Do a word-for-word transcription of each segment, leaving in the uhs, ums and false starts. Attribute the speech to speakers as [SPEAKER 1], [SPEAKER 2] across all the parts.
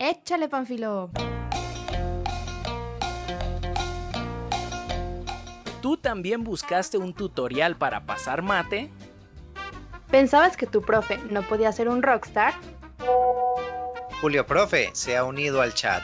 [SPEAKER 1] Échale, Pánfilo.
[SPEAKER 2] ¿Tú también buscaste un tutorial para pasar mate?
[SPEAKER 3] ¿Pensabas que tu profe no podía ser un rockstar?
[SPEAKER 4] Julio Profe se ha unido al chat.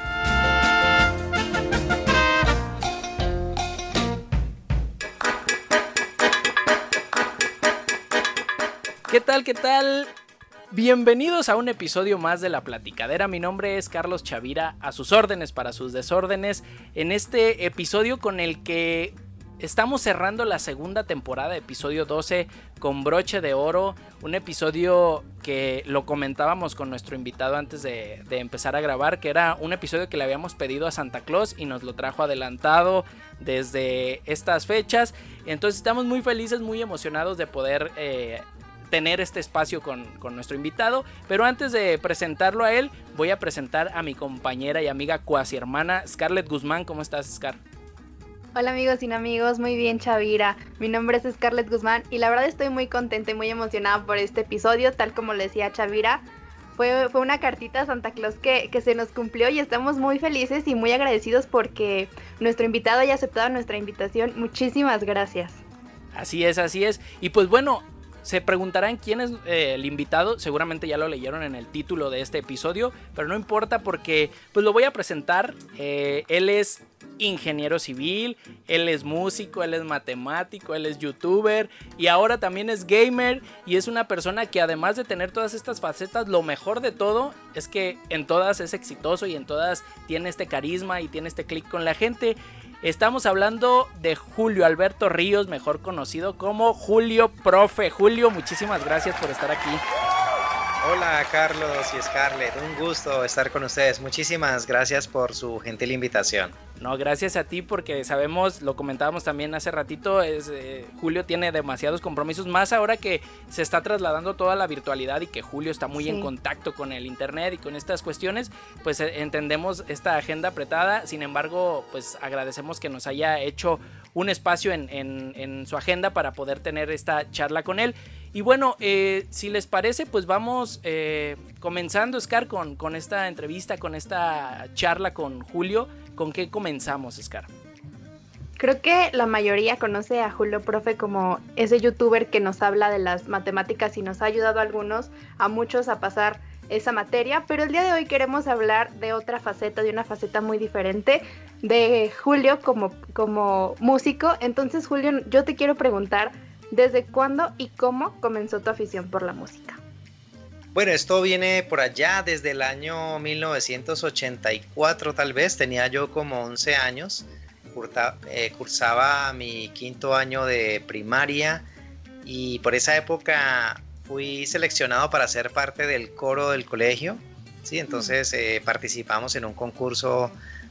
[SPEAKER 2] ¿Qué tal? ¿Qué tal? Bienvenidos a un episodio más de La Platicadera. Mi nombre es Carlos Chavira, a sus órdenes para sus desórdenes. En este episodio con el que estamos cerrando la segunda temporada, episodio doce, con broche de oro. Un episodio que lo comentábamos con nuestro invitado antes de, de empezar a grabar, que era un episodio que le habíamos pedido a Santa Claus y nos lo trajo adelantado desde estas fechas. Entonces estamos muy felices, muy emocionados de poder eh, tener este espacio con, con nuestro invitado. Pero antes de presentarlo a él, voy a presentar a mi compañera y amiga cuasi hermana, Scarlett Guzmán. ¿Cómo estás, Scar?
[SPEAKER 3] Hola amigos y amigos, muy bien Chavira. Mi nombre es Scarlett Guzmán y la verdad estoy muy contenta y muy emocionada por este episodio, tal como le decía Chavira. Fue, fue una cartita a Santa Claus que, que se nos cumplió y estamos muy felices y muy agradecidos porque nuestro invitado haya aceptado nuestra invitación. Muchísimas gracias.
[SPEAKER 2] Así es, así es. Y pues bueno, se preguntarán quién es eh, el invitado. Seguramente ya lo leyeron en el título de este episodio, pero no importa porque pues lo voy a presentar. Eh, él es ingeniero civil, él es músico, él es matemático, él es youtuber y ahora también es gamer, y es una persona que además de tener todas estas facetas, lo mejor de todo es que en todas es exitoso y en todas tiene este carisma y tiene este click con la gente. Estamos hablando de Julio Alberto Ríos, mejor conocido como Julio Profe. Julio, muchísimas gracias por estar aquí.
[SPEAKER 4] Hola Carlos y Scarlett, un gusto estar con ustedes. Muchísimas gracias por su gentil invitación.
[SPEAKER 2] No, gracias a ti porque sabemos, lo comentábamos también hace ratito, es, eh, Julio tiene demasiados compromisos, más ahora que se está trasladando toda la virtualidad y que Julio está muy sí. en contacto con el internet y con estas cuestiones, pues eh, entendemos esta agenda apretada. Sin embargo, pues agradecemos que nos haya hecho un espacio en, en, en su agenda para poder tener esta charla con él. Y bueno, eh, si les parece, pues vamos eh, comenzando, Scar, con, con esta entrevista, con esta charla con Julio. ¿Con qué comenzamos, Scar?
[SPEAKER 3] Creo que la mayoría conoce a Julio Profe como ese youtuber que nos habla de las matemáticas y nos ha ayudado a algunos, a muchos a pasar esa materia, pero el día de hoy queremos hablar de otra faceta, de una faceta muy diferente, de Julio como, como músico. Entonces, Julio, yo te quiero preguntar, ¿desde cuándo y cómo comenzó tu afición por la música?
[SPEAKER 4] Bueno, esto viene por allá desde el año mil novecientos ochenta y cuatro, tal vez, tenía yo como once años, curta, eh, cursaba mi quinto año de primaria y por esa época fui seleccionado para ser parte del coro del colegio, ¿sí? Entonces eh, participamos en un concurso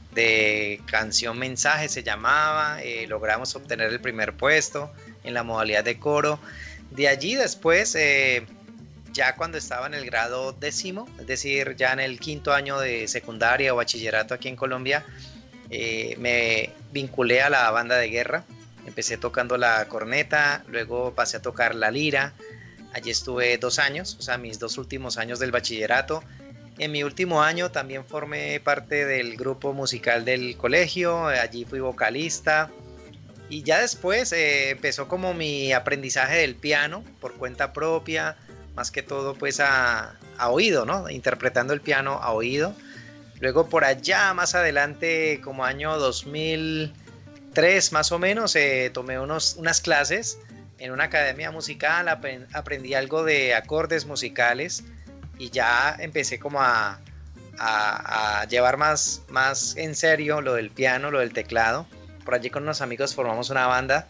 [SPEAKER 4] de canción mensaje, se llamaba, eh, logramos obtener el primer puesto en la modalidad de coro. De allí después, eh, ya cuando estaba en el grado décimo, es decir, ya en el quinto año de secundaria o bachillerato aquí en Colombia, eh, me vinculé a la banda de guerra. Empecé tocando la corneta, luego pasé a tocar la lira. Allí estuve dos años, o sea, mis dos últimos años del bachillerato. En mi último año también formé parte del grupo musical del colegio, allí fui vocalista. Y ya después eh, empezó como mi aprendizaje del piano por cuenta propia, más que todo pues a, a oído, ¿no? Interpretando el piano a oído. Luego por allá más adelante, como año dos mil tres más o menos, eh, tomé unos, unas clases en una academia musical, aprend, aprendí algo de acordes musicales y ya empecé como a, a, a llevar más, más en serio lo del piano, lo del teclado. Por allí con unos amigos formamos una banda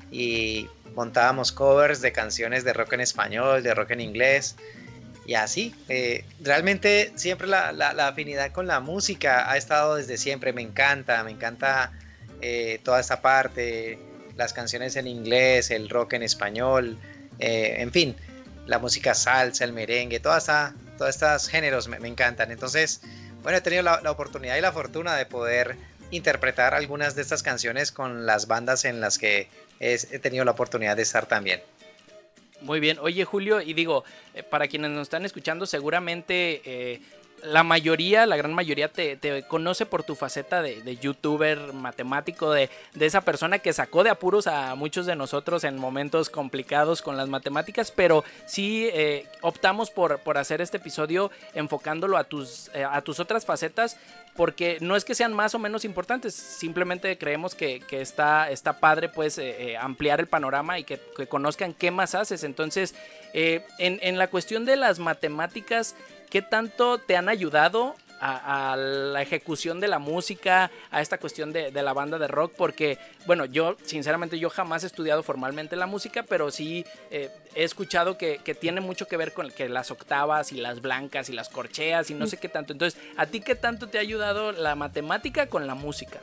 [SPEAKER 4] y montábamos covers de canciones de rock en español, de rock en inglés y así. Eh, realmente siempre la, la, la afinidad con la música ha estado desde siempre. Me encanta, me encanta eh, toda esta parte, las canciones en inglés, el rock en español, eh, en fin, la música salsa, el merengue, toda esta, todos estos géneros me, me encantan. Entonces, bueno, he tenido la, la oportunidad y la fortuna de poder interpretar algunas de estas canciones con las bandas en las que he, he tenido la oportunidad de estar también.
[SPEAKER 2] Muy bien, oye Julio, y digo, eh, para quienes nos están escuchando seguramente eh, la mayoría, la gran mayoría te, te conoce por tu faceta de, de youtuber matemático, de, de esa persona que sacó de apuros a muchos de nosotros en momentos complicados con las matemáticas, pero sí eh, optamos por, por hacer este episodio enfocándolo a tus, eh, a tus otras facetas, porque no es que sean más o menos importantes, simplemente creemos que, que está, está padre pues eh, eh, ampliar el panorama y que, que conozcan qué más haces. Entonces, eh, en, en la cuestión de las matemáticas, ¿qué tanto te han ayudado a, a la ejecución de la música, a esta cuestión de, de la banda de rock? Porque, bueno, yo sinceramente yo jamás he estudiado formalmente la música, pero sí eh, he escuchado que, que tiene mucho que ver con que las octavas y las blancas y las corcheas y no sé qué tanto. Entonces, ¿a ti qué tanto te ha ayudado la matemática con la música?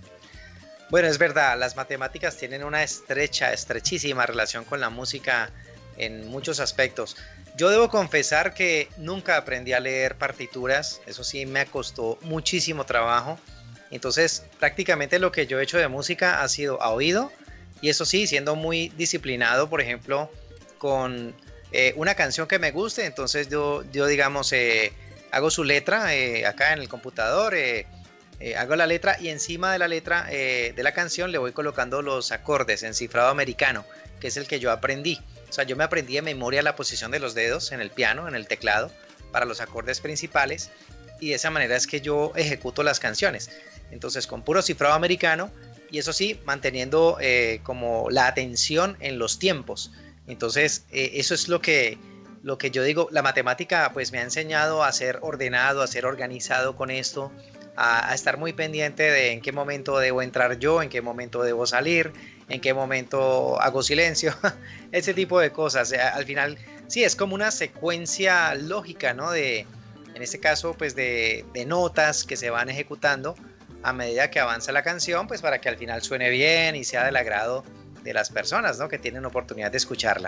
[SPEAKER 4] Bueno, es verdad, las matemáticas tienen una estrecha, estrechísima relación con la música en muchos aspectos. Yo debo confesar que nunca aprendí a leer partituras, eso sí me costó muchísimo trabajo. Entonces prácticamente lo que yo he hecho de música ha sido a oído, y eso sí, siendo muy disciplinado, por ejemplo, con eh, una canción que me guste, entonces yo, yo digamos, eh, hago su letra eh, acá en el computador, eh, eh, hago la letra y encima de la letra eh, de la canción le voy colocando los acordes en cifrado americano, que es el que yo aprendí. O sea, yo me aprendí de memoria la posición de los dedos en el piano, en el teclado, para los acordes principales, y de esa manera es que yo ejecuto las canciones. Entonces, con puro cifrado americano, y eso sí, manteniendo eh, como la atención en los tiempos. Entonces, eh, eso es lo que, lo que yo digo, la matemática pues me ha enseñado a ser ordenado, a ser organizado con esto, a, a estar muy pendiente de en qué momento debo entrar yo, en qué momento debo salir, en qué momento hago silencio, ese tipo de cosas. Al final, sí, es como una secuencia lógica, ¿no? De, en este caso, pues de, de notas que se van ejecutando a medida que avanza la canción, pues para que al final suene bien y sea del agrado de las personas, ¿no? Que tienen oportunidad de escucharla.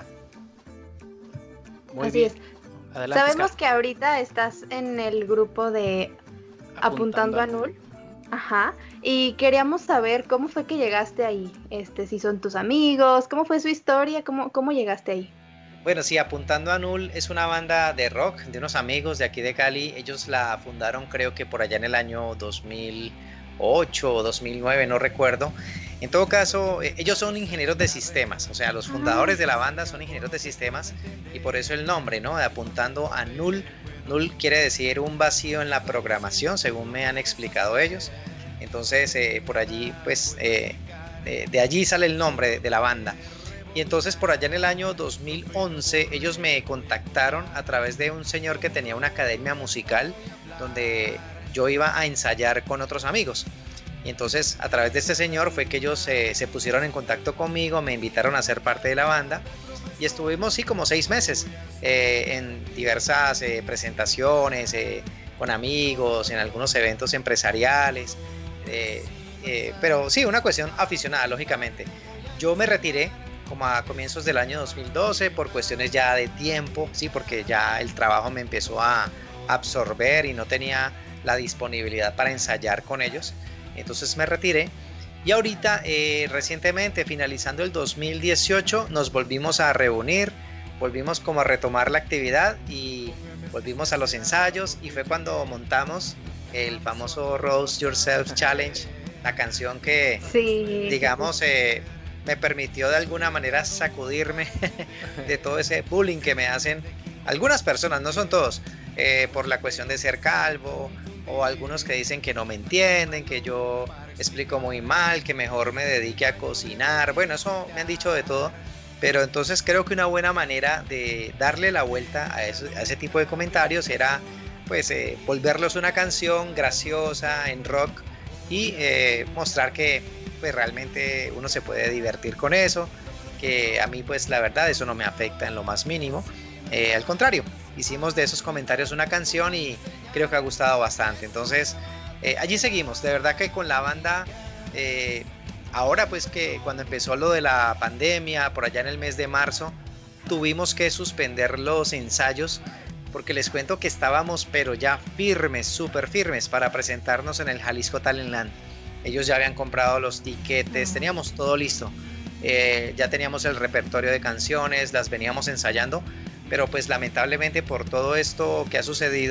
[SPEAKER 3] Muy Así bien. es. Adelante, Sabemos Scar. que ahorita estás en el grupo de Apuntando, Apuntando a Null. Ajá, y queríamos saber cómo fue que llegaste ahí, este, si son tus amigos, cómo fue su historia, cómo, cómo llegaste ahí.
[SPEAKER 4] Bueno, sí, Apuntando a Null es una banda de rock de unos amigos de aquí de Cali. Ellos la fundaron creo que por allá en el año dos mil ocho o dos mil nueve, no recuerdo. En todo caso, ellos son ingenieros de sistemas, o sea, los fundadores de la banda son ingenieros de sistemas, y por eso el nombre, ¿no? De Apuntando a Null. Null quiere decir un vacío en la programación, según me han explicado ellos. Entonces, eh, por allí, pues, eh, de, de allí sale el nombre de, de la banda. Y entonces, por allá en el año dos mil once, ellos me contactaron a través de un señor que tenía una academia musical donde yo iba a ensayar con otros amigos. Y entonces, a través de este señor fue que ellos eh, se pusieron en contacto conmigo, me invitaron a ser parte de la banda. Y estuvimos, sí, como seis meses eh, en diversas eh, presentaciones, eh, con amigos, en algunos eventos empresariales. Eh, eh, pero sí, una cuestión aficionada, lógicamente. Yo me retiré como a comienzos del año dos mil doce por cuestiones ya de tiempo, sí, porque ya el trabajo me empezó a absorber y no tenía la disponibilidad para ensayar con ellos. Entonces me retiré. Y ahorita, eh, recientemente, finalizando el dos mil dieciocho, nos volvimos a reunir, volvimos como a retomar la actividad y volvimos a los ensayos, y fue cuando montamos el famoso Roast Yourself Challenge, la canción que, sí. digamos, eh, me permitió de alguna manera sacudirme de todo ese bullying que me hacen algunas personas, no son todos, eh, por la cuestión de ser calvo, o algunos que dicen que no me entienden, que yo explico muy mal, que mejor me dedique a cocinar. Bueno, eso me han dicho de todo, pero entonces creo que una buena manera de darle la vuelta a, eso, a ese tipo de comentarios era pues eh, volverlos una canción graciosa en rock y eh, mostrar que pues realmente uno se puede divertir con eso, que a mí pues la verdad eso no me afecta en lo más mínimo. Eh, al contrario, hicimos de esos comentarios una canción y creo que ha gustado bastante. Entonces eh, allí seguimos, de verdad que con la banda, eh, ahora pues que cuando empezó lo de la pandemia, por allá en el mes de marzo, tuvimos que suspender los ensayos, porque les cuento que estábamos pero ya firmes, súper firmes para presentarnos en el Jalisco Talentland. Ellos ya habían comprado los tiquetes, teníamos todo listo, eh, ya teníamos el repertorio de canciones, las veníamos ensayando, pero pues lamentablemente por todo esto que ha sucedido,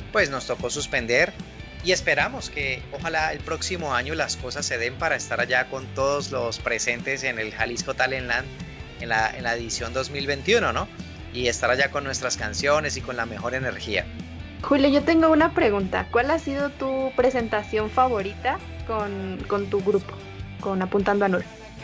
[SPEAKER 4] pues nos tocó suspender y esperamos que ojalá el próximo año las cosas se den para estar allá con todos los presentes en el Jalisco Talentland en la, en la edición dos mil veintiuno, ¿no? Y estar allá con nuestras canciones y con la mejor energía.
[SPEAKER 3] Julio, yo tengo una pregunta. ¿Cuál ha sido tu presentación favorita con, con tu grupo, con Apuntando a Null?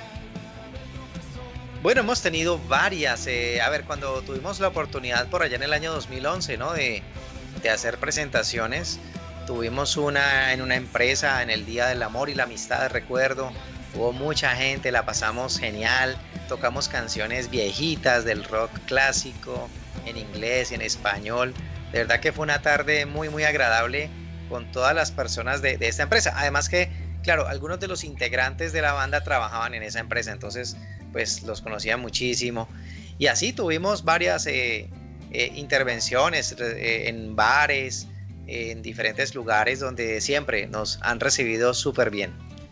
[SPEAKER 4] Bueno, hemos tenido varias. Eh, a ver, cuando tuvimos la oportunidad por allá en el año dos mil once, ¿no? De, de hacer presentaciones, tuvimos una en una empresa en el Día del Amor y la Amistad, recuerdo. Hubo mucha gente, la pasamos genial. Tocamos canciones viejitas del rock clásico, en inglés, en español. De verdad que fue una tarde muy, muy agradable con todas las personas de, de esta empresa. Además que, claro, algunos de los integrantes de la banda trabajaban en esa empresa, entonces pues los conocía muchísimo. Y así tuvimos varias eh, eh, intervenciones eh, en bares, eh, en diferentes lugares donde siempre nos han recibido súper bien.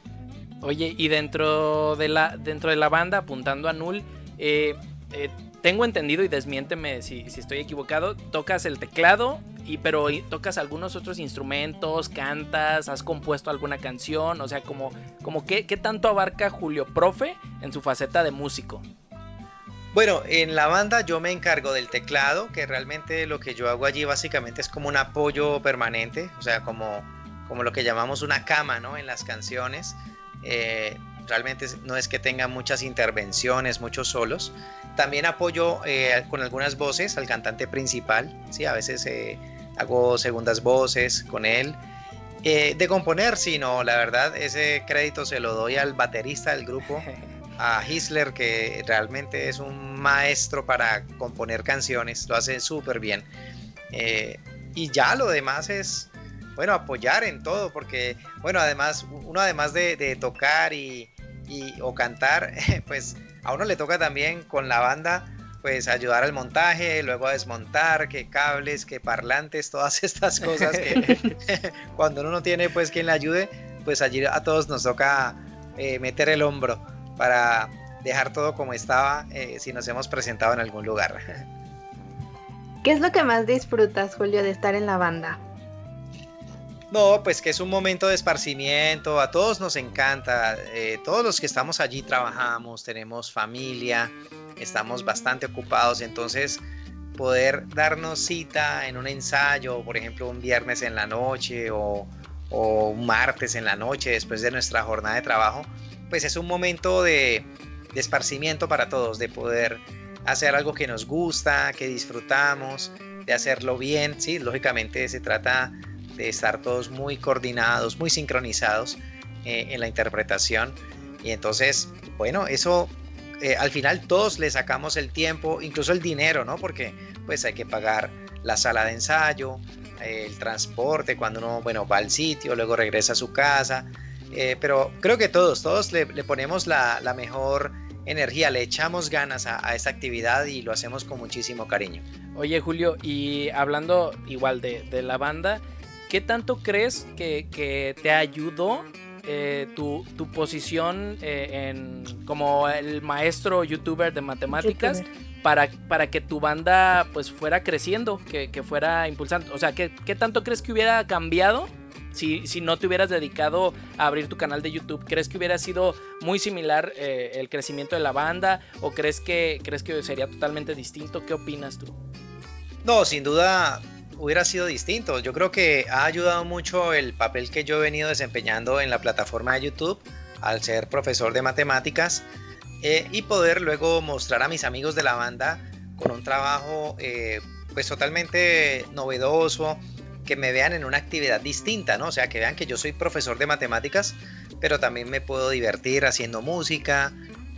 [SPEAKER 2] Oye, y dentro de la, dentro de la banda, Apuntando a Null, eh, eh, tengo entendido, y desmiénteme si, si estoy equivocado, tocas el teclado, y, pero tocas algunos otros instrumentos, cantas, has compuesto alguna canción, o sea, como, como ¿qué, qué tanto abarca Julio Profe en su faceta de músico?
[SPEAKER 4] Bueno, en la banda yo me encargo del teclado, que realmente lo que yo hago allí básicamente es como un apoyo permanente, o sea, como, como lo que llamamos una cama, ¿no? En las canciones. Eh, realmente no es que tenga muchas intervenciones, muchos solos. También apoyo eh, con algunas voces al cantante principal, ¿sí? A veces eh, hago segundas voces con él. Eh, de componer, sí, no, la verdad, ese crédito se lo doy al baterista del grupo, a Hisler, que realmente es un maestro para componer canciones, lo hace súper bien. Eh, y ya lo demás es, bueno, apoyar en todo, porque, bueno, además, uno además de, de tocar y, y, o cantar, pues a uno le toca también con la banda, pues ayudar al montaje, luego a desmontar, que cables, que parlantes, todas estas cosas que cuando uno no tiene pues quien le ayude, pues allí a todos nos toca eh, meter el hombro para dejar todo como estaba eh, si nos hemos presentado en algún lugar.
[SPEAKER 3] ¿Qué es lo que más disfrutas, Julio, de estar en la banda?
[SPEAKER 4] No, pues que es un momento de esparcimiento, a todos nos encanta, eh, todos los que estamos allí trabajamos, tenemos familia, estamos bastante ocupados, entonces poder darnos cita en un ensayo, por ejemplo un viernes en la noche o, o un martes en la noche después de nuestra jornada de trabajo, pues es un momento de, de esparcimiento para todos, de poder hacer algo que nos gusta, que disfrutamos, de hacerlo bien, sí, lógicamente se trata de estar todos muy coordinados, muy sincronizados eh, en la interpretación, y entonces, bueno, eso eh, al final todos le sacamos el tiempo, incluso el dinero, ¿no? Porque pues hay que pagar la sala de ensayo, eh, el transporte cuando uno, bueno, va al sitio, luego regresa a su casa, eh, pero creo que todos, todos le, le ponemos la, la mejor energía, le echamos ganas a, a esta actividad y lo hacemos con muchísimo cariño.
[SPEAKER 2] Oye, Julio, y hablando igual de, de la banda, ¿qué tanto crees que, que te ayudó eh, tu, tu posición eh, en, como el maestro youtuber de matemáticas YouTuber. para, para que tu banda pues fuera creciendo, que, que fuera impulsando? O sea, ¿qué, qué tanto crees que hubiera cambiado si, si no te hubieras dedicado a abrir tu canal de YouTube? ¿Crees que hubiera sido muy similar eh, el crecimiento de la banda o crees que, crees que sería totalmente distinto? ¿Qué opinas tú?
[SPEAKER 4] No, sin duda hubiera sido distinto. Yo creo que ha ayudado mucho el papel que yo he venido desempeñando en la plataforma de YouTube al ser profesor de matemáticas eh, y poder luego mostrar a mis amigos de la banda con un trabajo eh, pues totalmente novedoso, que me vean en una actividad distinta, ¿no? O sea, que vean que yo soy profesor de matemáticas, pero también me puedo divertir haciendo música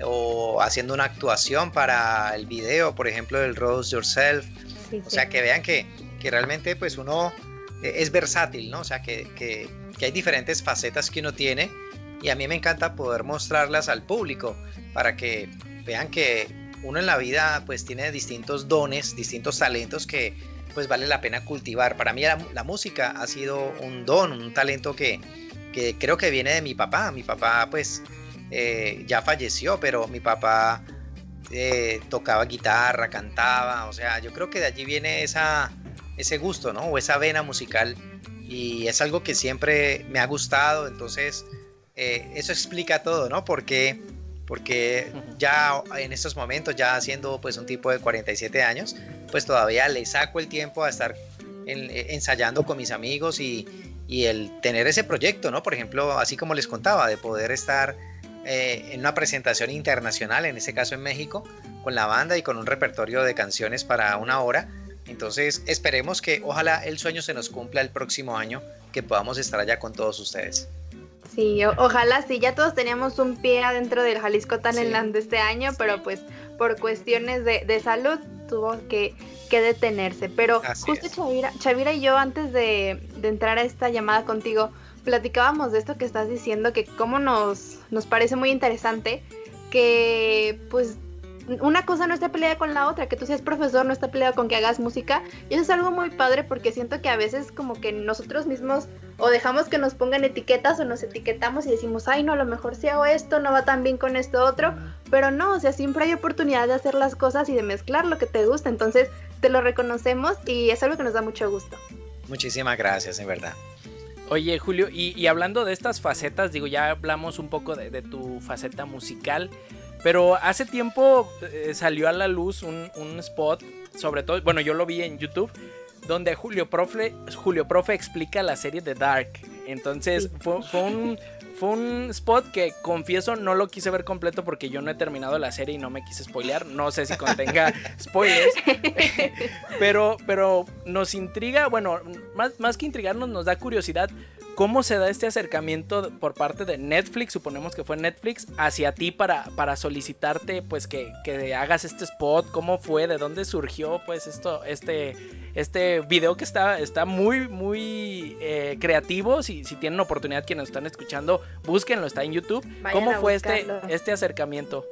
[SPEAKER 4] o haciendo una actuación para el video, por ejemplo, del Roast Yourself. Sí, o sea, sí. Que vean que que realmente pues uno es versátil, ¿no? O sea, que, que, que hay diferentes facetas que uno tiene y a mí me encanta poder mostrarlas al público para que vean que uno en la vida pues tiene distintos dones, distintos talentos que pues vale la pena cultivar. Para mí la, la música ha sido un don, un talento que, que creo que viene de mi papá. Mi papá pues eh, ya falleció, pero mi papá eh, tocaba guitarra, cantaba, o sea, yo creo que de allí viene esa ese gusto, ¿no? O esa vena musical, y es algo que siempre me ha gustado, entonces eh, eso explica todo, ¿no? Porque, porque ya en estos momentos, ya siendo pues un tipo de cuarenta y siete años, pues todavía le saco el tiempo a estar en, ensayando con mis amigos y, y el tener ese proyecto, ¿no? Por ejemplo, así como les contaba, de poder estar eh, en una presentación internacional, en este caso en México, con la banda y con un repertorio de canciones para una hora. Entonces esperemos que ojalá el sueño se nos cumpla el próximo año, que podamos estar allá con todos ustedes.
[SPEAKER 3] Sí, o- ojalá sí, ya todos teníamos un pie adentro del Jalisco Talentland de este año, sí. Pero pues por cuestiones de, de salud tuvo que, que detenerse. Pero
[SPEAKER 4] Así
[SPEAKER 3] justo
[SPEAKER 4] es.
[SPEAKER 3] Chavira, Chavira y yo antes de, de entrar a esta llamada contigo, platicábamos de esto que estás diciendo, que cómo nos, nos parece muy interesante, que pues una cosa no está peleada con la otra, que tú seas profesor no está peleado con que hagas música, y eso es algo muy padre porque siento que a veces como que nosotros mismos o dejamos que nos pongan etiquetas o nos etiquetamos y decimos, ay no, a lo mejor si hago esto no va tan bien con esto otro, pero no, o sea, siempre hay oportunidad de hacer las cosas y de mezclar lo que te gusta, entonces te lo reconocemos y es algo que nos da mucho gusto.
[SPEAKER 4] Muchísimas gracias, en verdad.
[SPEAKER 2] Oye, Julio, y, y hablando de estas facetas, digo, ya hablamos un poco de, de tu faceta musical, pero hace tiempo eh, salió a la luz un, un spot, sobre todo, bueno, yo lo vi en YouTube, donde Julio Profe, Julio Profe explica la serie de Dark. Entonces, sí. fue, fue, un, fue un spot que, confieso, no lo quise ver completo porque yo no he terminado la serie y no me quise spoilear. No sé si contenga spoilers. pero, pero nos intriga, bueno, más, más que intrigarnos, nos da curiosidad. ¿Cómo se da este acercamiento por parte de Netflix, suponemos que fue Netflix, hacia ti para, para solicitarte pues que, que hagas este spot? ¿Cómo fue? ¿De dónde surgió pues esto, este, este video que está, está muy, muy eh, creativo? Si, si tienen oportunidad, quienes están escuchando, búsquenlo, está en YouTube. Vayan ¿Cómo fue este, este acercamiento?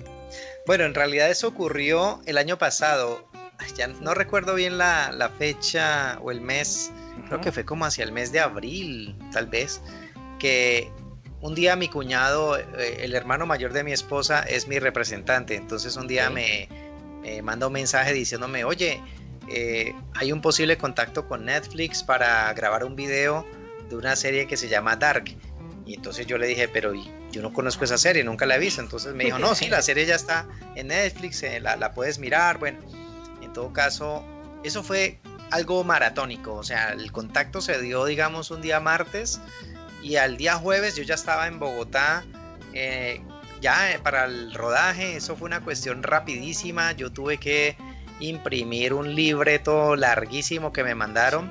[SPEAKER 4] Bueno, en realidad eso ocurrió el año pasado. Ya no recuerdo bien la, la fecha o el mes. Creo que fue como hacia el mes de abril, tal vez, que un día mi cuñado, eh, el hermano mayor de mi esposa, es mi representante. Entonces un día okay. me, me manda un mensaje diciéndome, oye, eh, hay un posible contacto con Netflix para grabar un video de una serie que se llama Dark. Y entonces yo le dije, pero yo no conozco esa serie, nunca la he visto. Entonces me dijo, no, sí, la serie ya está en Netflix, eh, la, la puedes mirar. Bueno, en todo caso, eso fue algo maratónico, o sea, el contacto se dio, digamos, un día martes y al día jueves yo ya estaba en Bogotá eh, ya eh, para el rodaje. Eso fue una cuestión rapidísima. Yo tuve que imprimir un libreto larguísimo que me mandaron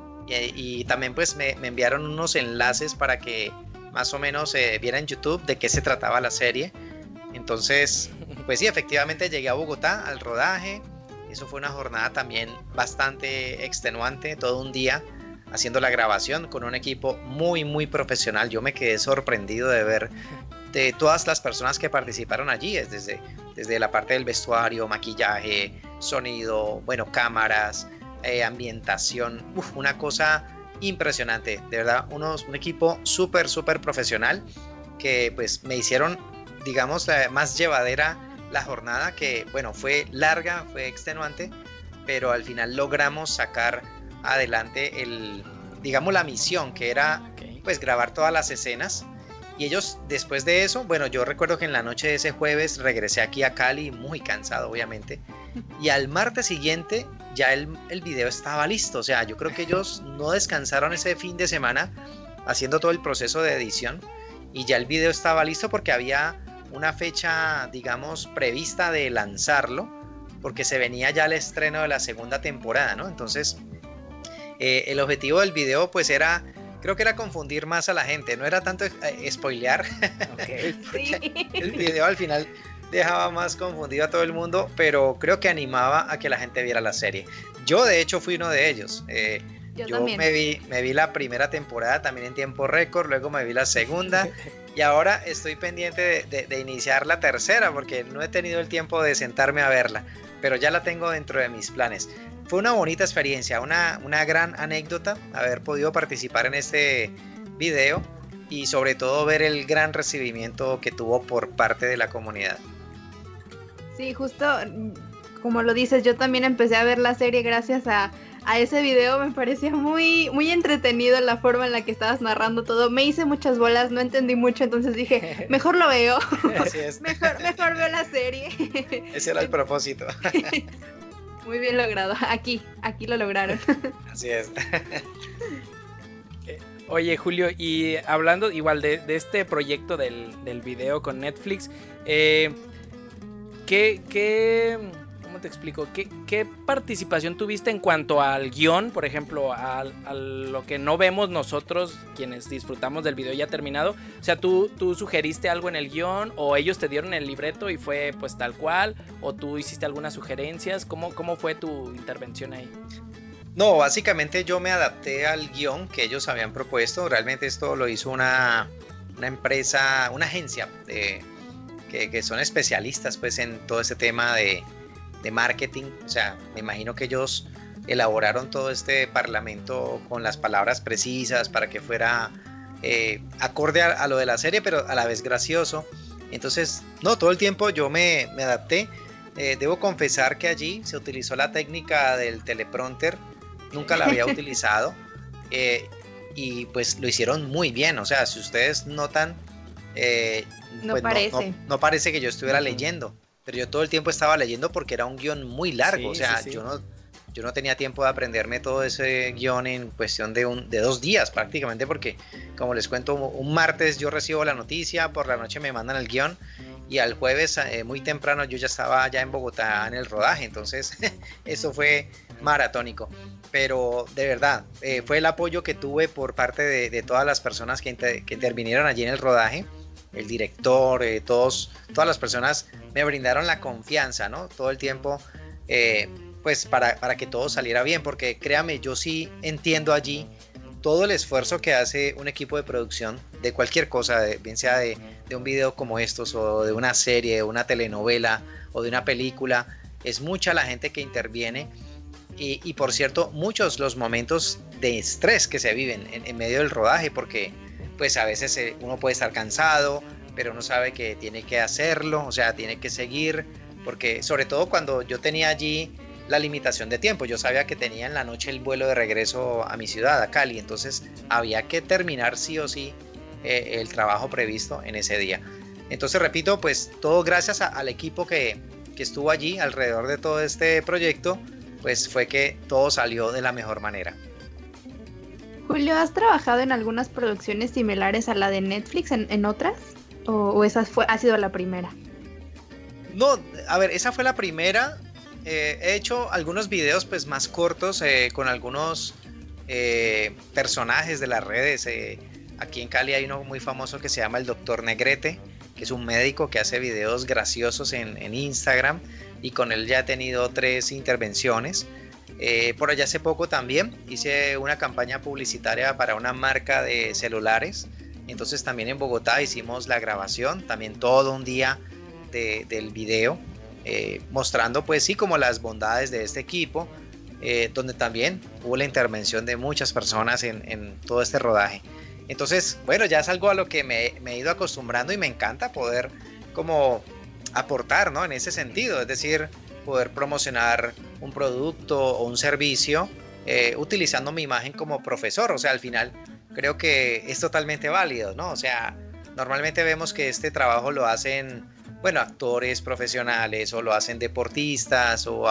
[SPEAKER 4] y, y también pues me, me enviaron unos enlaces para que más o menos eh, viera en YouTube de qué se trataba la serie. Entonces, pues sí, efectivamente llegué a Bogotá al rodaje. Eso fue una jornada también bastante extenuante, todo un día haciendo la grabación con un equipo muy muy profesional. Yo me quedé sorprendido de ver de todas las personas que participaron allí, desde, desde la parte del vestuario, maquillaje, sonido, bueno, cámaras, eh, ambientación, uf, una cosa impresionante, de verdad, unos, un equipo súper súper profesional que pues me hicieron, digamos, eh, más llevadera la jornada, que bueno, fue larga, fue extenuante, pero al final logramos sacar adelante el, digamos, la misión, que era okay. pues grabar todas las escenas. Y ellos después de eso, bueno, yo recuerdo que en la noche de ese jueves regresé aquí a Cali muy cansado, obviamente, y al martes siguiente ya el, el video estaba listo. O sea, yo creo que ellos no descansaron ese fin de semana haciendo todo el proceso de edición y ya el video estaba listo porque había una fecha, digamos, prevista de lanzarlo, porque se venía ya el estreno de la segunda temporada, ¿no? Entonces, eh, el objetivo del video, pues era, creo que era confundir más a la gente, no era tanto eh, spoilear, okay. Sí. El video al final dejaba más confundido a todo el mundo, pero creo que animaba a que la gente viera la serie. Yo, de hecho, fui uno de ellos. Eh, Yo, Yo me vi, me vi la primera temporada también en tiempo récord, luego me vi la segunda y ahora estoy pendiente de, de, de iniciar la tercera porque no he tenido el tiempo de sentarme a verla, pero ya la tengo dentro de mis planes. Fue una bonita experiencia, una, una gran anécdota haber podido participar en este video y sobre todo ver el gran recibimiento que tuvo por parte de la comunidad.
[SPEAKER 3] Sí, justo como lo dices, yo también empecé a ver la serie gracias a a ese video. Me parecía muy, muy entretenido la forma en la que estabas narrando todo. Me hice muchas bolas, no entendí mucho, entonces dije, mejor lo veo.
[SPEAKER 4] Así es.
[SPEAKER 3] mejor, mejor veo la serie.
[SPEAKER 4] Ese era el propósito.
[SPEAKER 3] Muy bien logrado. Aquí, aquí lo lograron.
[SPEAKER 4] Así es.
[SPEAKER 2] Oye, Julio, y hablando igual de, de este proyecto del, del video con Netflix, eh, ¿qué, qué, ¿cómo te explico? ¿Qué, ¿Qué participación tuviste en cuanto al guión, por ejemplo, a, a lo que no vemos nosotros, quienes disfrutamos del video ya terminado? O sea, ¿tú, tú sugeriste algo en el guión o ellos te dieron el libreto y fue pues tal cual? ¿O tú hiciste algunas sugerencias? ¿Cómo, cómo fue tu intervención ahí?
[SPEAKER 4] No, básicamente yo me adapté al guión que ellos habían propuesto. Realmente esto lo hizo una, una empresa, una agencia de, que, que son especialistas pues en todo ese tema de, de marketing. O sea, me imagino que ellos elaboraron todo este parlamento con las palabras precisas para que fuera eh, acorde a, a lo de la serie, pero a la vez gracioso. Entonces, no, todo el tiempo yo me, me adapté. Eh, debo confesar que allí se utilizó la técnica del teleprompter. Nunca la había utilizado eh, y pues lo hicieron muy bien. O sea, si ustedes notan, eh,
[SPEAKER 3] no,
[SPEAKER 4] pues
[SPEAKER 3] parece.
[SPEAKER 4] No, no, no parece que yo estuviera uh-huh. leyendo, pero yo todo el tiempo estaba leyendo porque era un guión muy largo. Sí, o sea, sí, sí. Yo, no, yo no tenía tiempo de aprenderme todo ese guión en cuestión de, un, de dos días prácticamente, porque como les cuento, un martes yo recibo la noticia, por la noche me mandan el guión y al jueves eh, muy temprano yo ya estaba ya en Bogotá en el rodaje. Entonces eso fue maratónico. Pero de verdad, eh, fue el apoyo que tuve por parte de, de todas las personas que, inter, que intervinieron allí en el rodaje, el director, eh, todos, todas las personas me brindaron la confianza, ¿no? Todo el tiempo, eh, pues para, para que todo saliera bien, porque créame, yo sí entiendo allí todo el esfuerzo que hace un equipo de producción de cualquier cosa, de, bien sea de, de un video como estos, o de una serie, de una telenovela, o de una película. Es mucha la gente que interviene. Y, y por cierto, muchos los momentos de estrés que se viven en, en medio del rodaje, porque pues a veces eh, uno puede estar cansado, pero uno sabe que tiene que hacerlo, o sea, tiene que seguir, porque sobre todo cuando yo tenía allí la limitación de tiempo, yo sabía que tenía en la noche el vuelo de regreso a mi ciudad, a Cali, entonces había que terminar sí o sí eh, el trabajo previsto en ese día. Entonces repito, pues todo gracias a, al equipo que, que estuvo allí alrededor de todo este proyecto, pues fue que todo salió de la mejor manera.
[SPEAKER 3] Julio, ¿has trabajado en algunas producciones similares a la de Netflix en, en otras? ¿O, o esa fue, ha sido la primera?
[SPEAKER 4] No, a ver, esa fue la primera. Eh, he hecho algunos videos pues más cortos eh, con algunos eh, personajes de las redes. Eh, aquí en Cali hay uno muy famoso que se llama el Doctor Negrete, que es un médico que hace videos graciosos en, en Instagram. Y con él ya he tenido tres intervenciones. Eh, por allá hace poco también hice una campaña publicitaria para una marca de celulares. Entonces también en Bogotá hicimos la grabación, también todo un día de, del video, eh, mostrando pues sí como las bondades de este equipo, eh, donde también hubo la intervención de muchas personas en, en todo este rodaje. Entonces, bueno, ya es algo a lo que me, me he ido acostumbrando y me encanta poder como aportar, ¿no? En ese sentido, es decir, poder promocionar un producto o un servicio eh, utilizando mi imagen como profesor. O sea, al final creo que es totalmente válido, ¿no? O sea, normalmente vemos que este trabajo lo hacen, bueno, actores profesionales o lo hacen deportistas o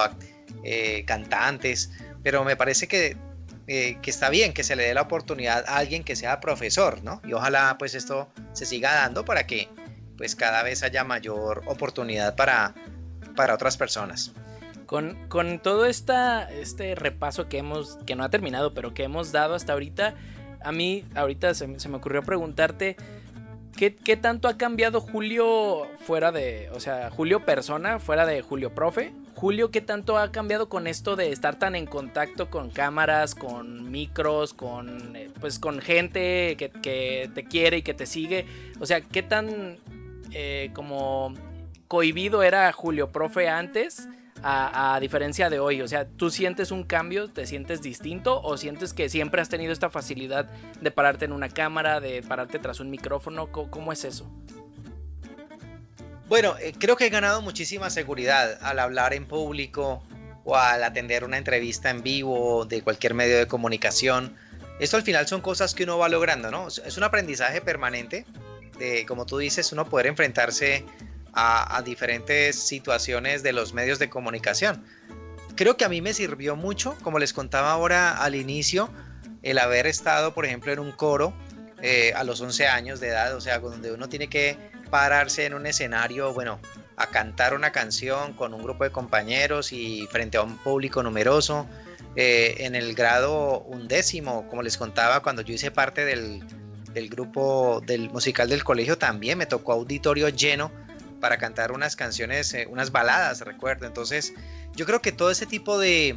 [SPEAKER 4] eh, cantantes, pero me parece que, eh, que está bien que se le dé la oportunidad a alguien que sea profesor, ¿no? Y ojalá pues esto se siga dando para que pues cada vez haya mayor oportunidad para, para otras personas.
[SPEAKER 2] Con, con todo esta, este repaso que hemos, que no ha terminado, pero que hemos dado hasta ahorita, a mí ahorita se, se me ocurrió preguntarte, ¿qué, ¿qué tanto ha cambiado Julio fuera de, o sea, Julio persona, fuera de Julio profe? Julio, ¿qué tanto ha cambiado con esto de estar tan en contacto con cámaras, con micros, con, pues, con gente que, que te quiere y que te sigue? O sea, ¿qué tan eh, como cohibido era Julio profe antes a, a diferencia de hoy? O sea, ¿tú sientes un cambio? ¿Te sientes distinto? ¿O sientes que siempre has tenido esta facilidad de pararte en una cámara, de pararte tras un micrófono? ¿Cómo, cómo es eso?
[SPEAKER 4] Bueno, eh, creo que he ganado muchísima seguridad al hablar en público, o al atender una entrevista en vivo de cualquier medio de comunicación. Esto al final son cosas que uno va logrando, ¿no? Es un aprendizaje permanente de, como tú dices, uno poder enfrentarse a, a diferentes situaciones de los medios de comunicación. Creo que a mí me sirvió mucho, como les contaba ahora al inicio, el haber estado, por ejemplo, en un coro eh, a los once años de edad, o sea, donde uno tiene que pararse en un escenario, bueno, a cantar una canción con un grupo de compañeros y frente a un público numeroso. Eh, en el grado undécimo, como les contaba, cuando yo hice parte del, del grupo del musical del colegio, también me tocó auditorio lleno para cantar unas canciones, eh, unas baladas, recuerdo. Entonces, yo creo que todo ese tipo de,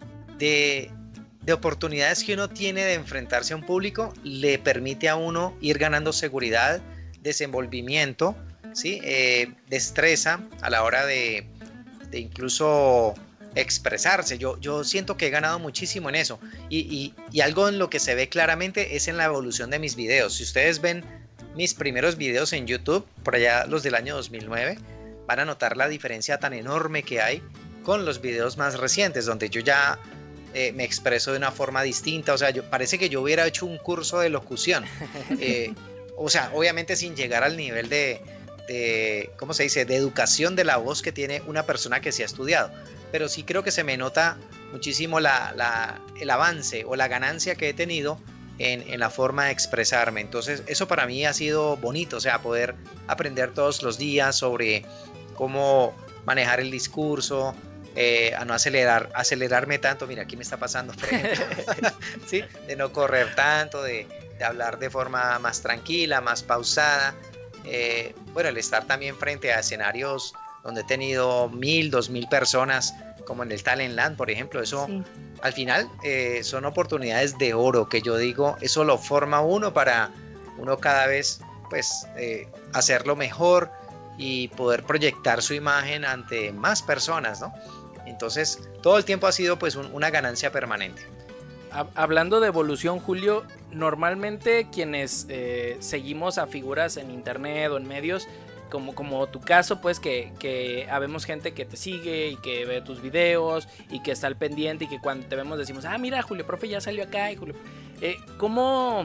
[SPEAKER 4] de, de oportunidades que uno tiene de enfrentarse a un público le permite a uno ir ganando seguridad, desenvolvimiento, ¿sí? eh, destreza a la hora de, de incluso expresarse. Yo, yo siento que he ganado muchísimo en eso y, y, y algo en lo que se ve claramente es en la evolución de mis videos. Si ustedes ven mis primeros videos en YouTube, por allá los del año dos mil nueve, van a notar la diferencia tan enorme que hay con los videos más recientes, donde yo ya eh, me expreso de una forma distinta. O sea, yo, parece que yo hubiera hecho un curso de locución, eh, o sea, obviamente sin llegar al nivel de, de, ¿cómo se dice?, de educación de la voz que tiene una persona que se ha estudiado. Pero sí creo que se me nota muchísimo la, la, el avance o la ganancia que he tenido en, en la forma de expresarme. Entonces eso para mí ha sido bonito, o sea, poder aprender todos los días sobre cómo manejar el discurso, eh, a no acelerar, acelerarme tanto. Mira, aquí me está pasando, por ejemplo, ¿sí? De no correr tanto, de, de hablar de forma más tranquila, más pausada. Eh, bueno, el estar también frente a escenarios donde he tenido mil, dos mil personas, como en el Talentland, por ejemplo, eso sí. Al final eh, son oportunidades de oro que yo digo, eso lo forma uno para uno cada vez pues eh, hacerlo mejor y poder proyectar su imagen ante más personas, ¿no? Entonces todo el tiempo ha sido pues un, una ganancia permanente.
[SPEAKER 2] Hablando de evolución, Julio, normalmente quienes eh, seguimos a figuras en internet o en medios, Como, como tu caso, pues que, que habemos gente que te sigue y que ve tus videos y que está al pendiente y que cuando te vemos decimos, ah, mira, Julio Profe ya salió acá. Y Julio... eh, ¿cómo,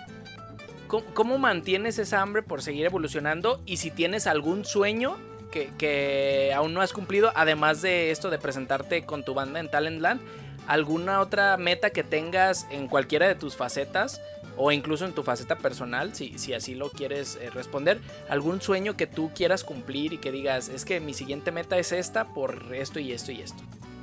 [SPEAKER 2] cómo, ¿Cómo mantienes esa hambre por seguir evolucionando? Y si tienes algún sueño que, que aún no has cumplido, además de esto de presentarte con tu banda en Talentland, ¿alguna otra meta que tengas en cualquiera de tus facetas? O incluso en tu faceta personal, si, si así lo quieres eh, responder, algún sueño que tú quieras cumplir y que digas, es que mi siguiente meta es esta por esto y esto y esto.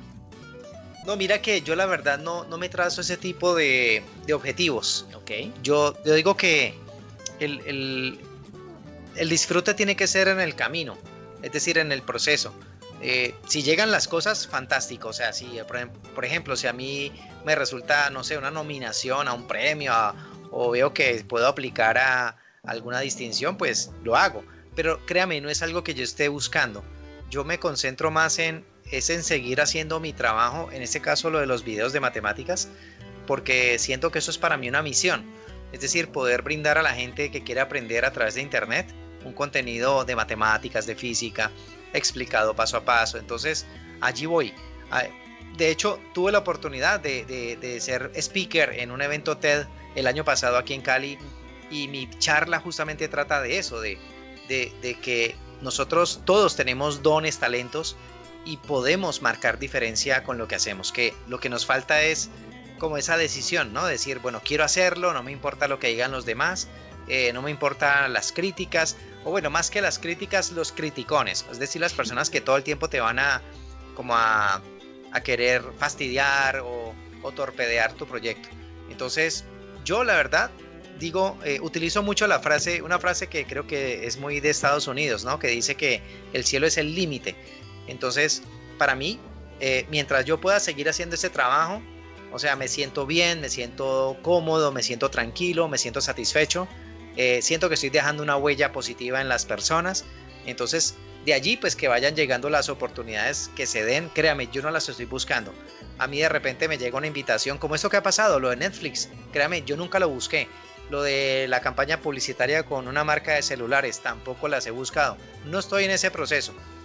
[SPEAKER 4] No, mira que yo la verdad no, no me trazo ese tipo de, de objetivos.
[SPEAKER 2] Ok.
[SPEAKER 4] Yo, yo digo que el, el, el disfrute tiene que ser en el camino, es decir, en el proceso. Eh, si llegan las cosas, fantástico. O sea, si por, por ejemplo, si a mí me resulta, no sé, una nominación a un premio a, o veo que puedo aplicar a alguna distinción, pues lo hago. Pero créame, no es algo que yo esté buscando. Yo me concentro más en, es en seguir haciendo mi trabajo, en este caso lo de los videos de matemáticas, porque siento que eso es para mí una misión. Es decir, poder brindar a la gente que quiere aprender a través de internet un contenido de matemáticas, de física, explicado paso a paso. Entonces, allí voy. De hecho, tuve la oportunidad de, de, de ser speaker en un evento TED el año pasado aquí en Cali, y mi charla justamente trata de eso, de, de, de que nosotros todos tenemos dones, talentos y podemos marcar diferencia con lo que hacemos, que lo que nos falta es como esa decisión, ¿no? Decir, bueno, quiero hacerlo, no me importa lo que digan los demás, eh, no me importan las críticas, o bueno, más que las críticas, los criticones, es decir, las personas que todo el tiempo te van a como a, a querer fastidiar o, o torpedear tu proyecto. Entonces, yo la verdad digo, eh, utilizo mucho la frase, una frase que creo que es muy de Estados Unidos, ¿no? Que dice que el cielo es el límite. Entonces, para mí, eh, mientras yo pueda seguir haciendo ese trabajo, o sea, me siento bien, me siento cómodo, me siento tranquilo, me siento satisfecho, eh, siento que estoy dejando una huella positiva en las personas. Entonces, de allí, pues que vayan llegando las oportunidades que se den, créame, yo no las estoy buscando. A mí de repente me llega una invitación, como esto que ha pasado, lo de Netflix, créame, yo nunca lo busqué. Lo de la campaña publicitaria con una marca de celulares, tampoco las he buscado. No estoy en ese proceso.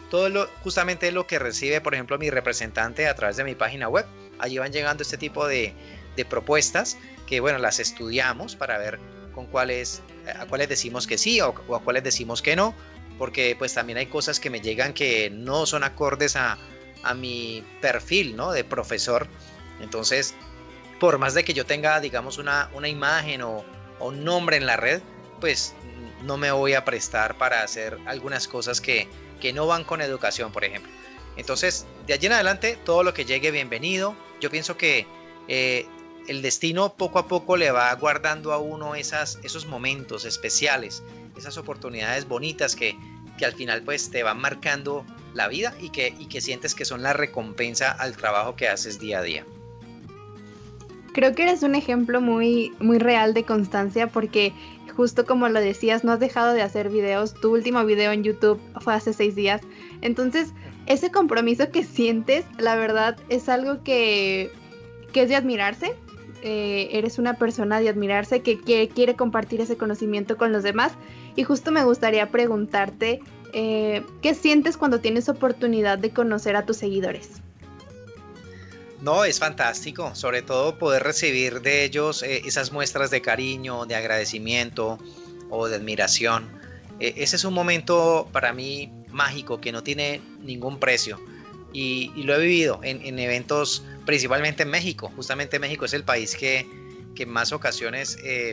[SPEAKER 4] todo lo, justamente lo que recibe, por ejemplo, mi representante a través de mi página web. Allí van llegando este tipo de, de propuestas que, bueno, las estudiamos para ver con cuáles, a cuáles decimos que sí o, o a cuáles decimos que no, porque pues también hay cosas que me llegan que no son acordes a, a mi perfil, ¿no? De profesor. Entonces, por más de que yo tenga, digamos, una, una imagen o, o un nombre en la red, pues no me voy a prestar para hacer algunas cosas que, que no van con educación, por ejemplo. Entonces, de allí en adelante, todo lo que llegue, bienvenido. Yo pienso que eh, el destino poco a poco le va guardando a uno esas, esos momentos especiales, esas oportunidades bonitas que, que al final pues te van marcando la vida y que, y que sientes que son la recompensa al trabajo que haces día a día.
[SPEAKER 3] Creo que eres un ejemplo muy, muy real de constancia porque justo como lo decías, no has dejado de hacer videos. Tu último video en YouTube fue hace seis días. Entonces, ese compromiso que sientes, la verdad, es algo que, que es de admirarse. Eh, eres una persona de admirarse que, que quiere compartir ese conocimiento con los demás. Y justo me gustaría preguntarte, eh, ¿qué sientes cuando tienes oportunidad de conocer a tus seguidores?
[SPEAKER 4] No, es fantástico, sobre todo poder recibir de ellos eh, esas muestras de cariño, de agradecimiento o de admiración. Eh, ese es un momento para mí mágico que no tiene ningún precio y, y lo he vivido en, en eventos, principalmente en México. Justamente México es el país que, que en más ocasiones eh,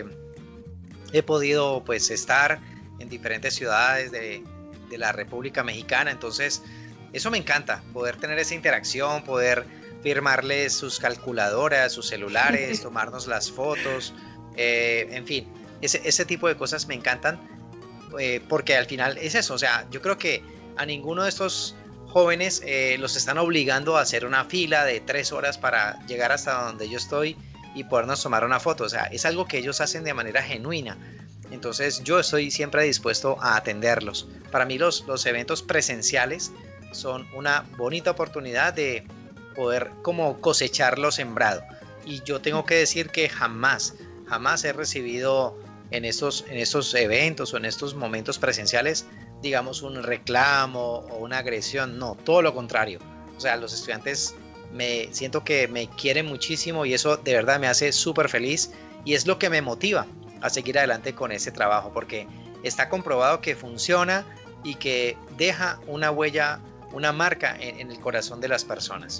[SPEAKER 4] he podido pues estar en diferentes ciudades de, de la República Mexicana. Entonces eso me encanta, poder tener esa interacción, poder firmarles sus calculadoras, sus celulares, tomarnos las fotos, eh, en fin, ese, ese tipo de cosas me encantan, eh, porque al final es eso. O sea, yo creo que a ninguno de estos jóvenes eh, los están obligando a hacer una fila de tres horas para llegar hasta donde yo estoy y podernos tomar una foto. O sea, es algo que ellos hacen de manera genuina. Entonces yo estoy siempre dispuesto a atenderlos. Para mí los, los eventos presenciales son una bonita oportunidad de poder como cosechar lo sembrado. Y yo tengo que decir que jamás, jamás he recibido en estos, en estos eventos o en estos momentos presenciales, digamos, un reclamo o una agresión. No, todo lo contrario. O sea, los estudiantes me siento que me quieren muchísimo y eso de verdad me hace súper feliz y es lo que me motiva a seguir adelante con ese trabajo, porque está comprobado que funciona y que deja una huella, una marca en, en el corazón de las personas.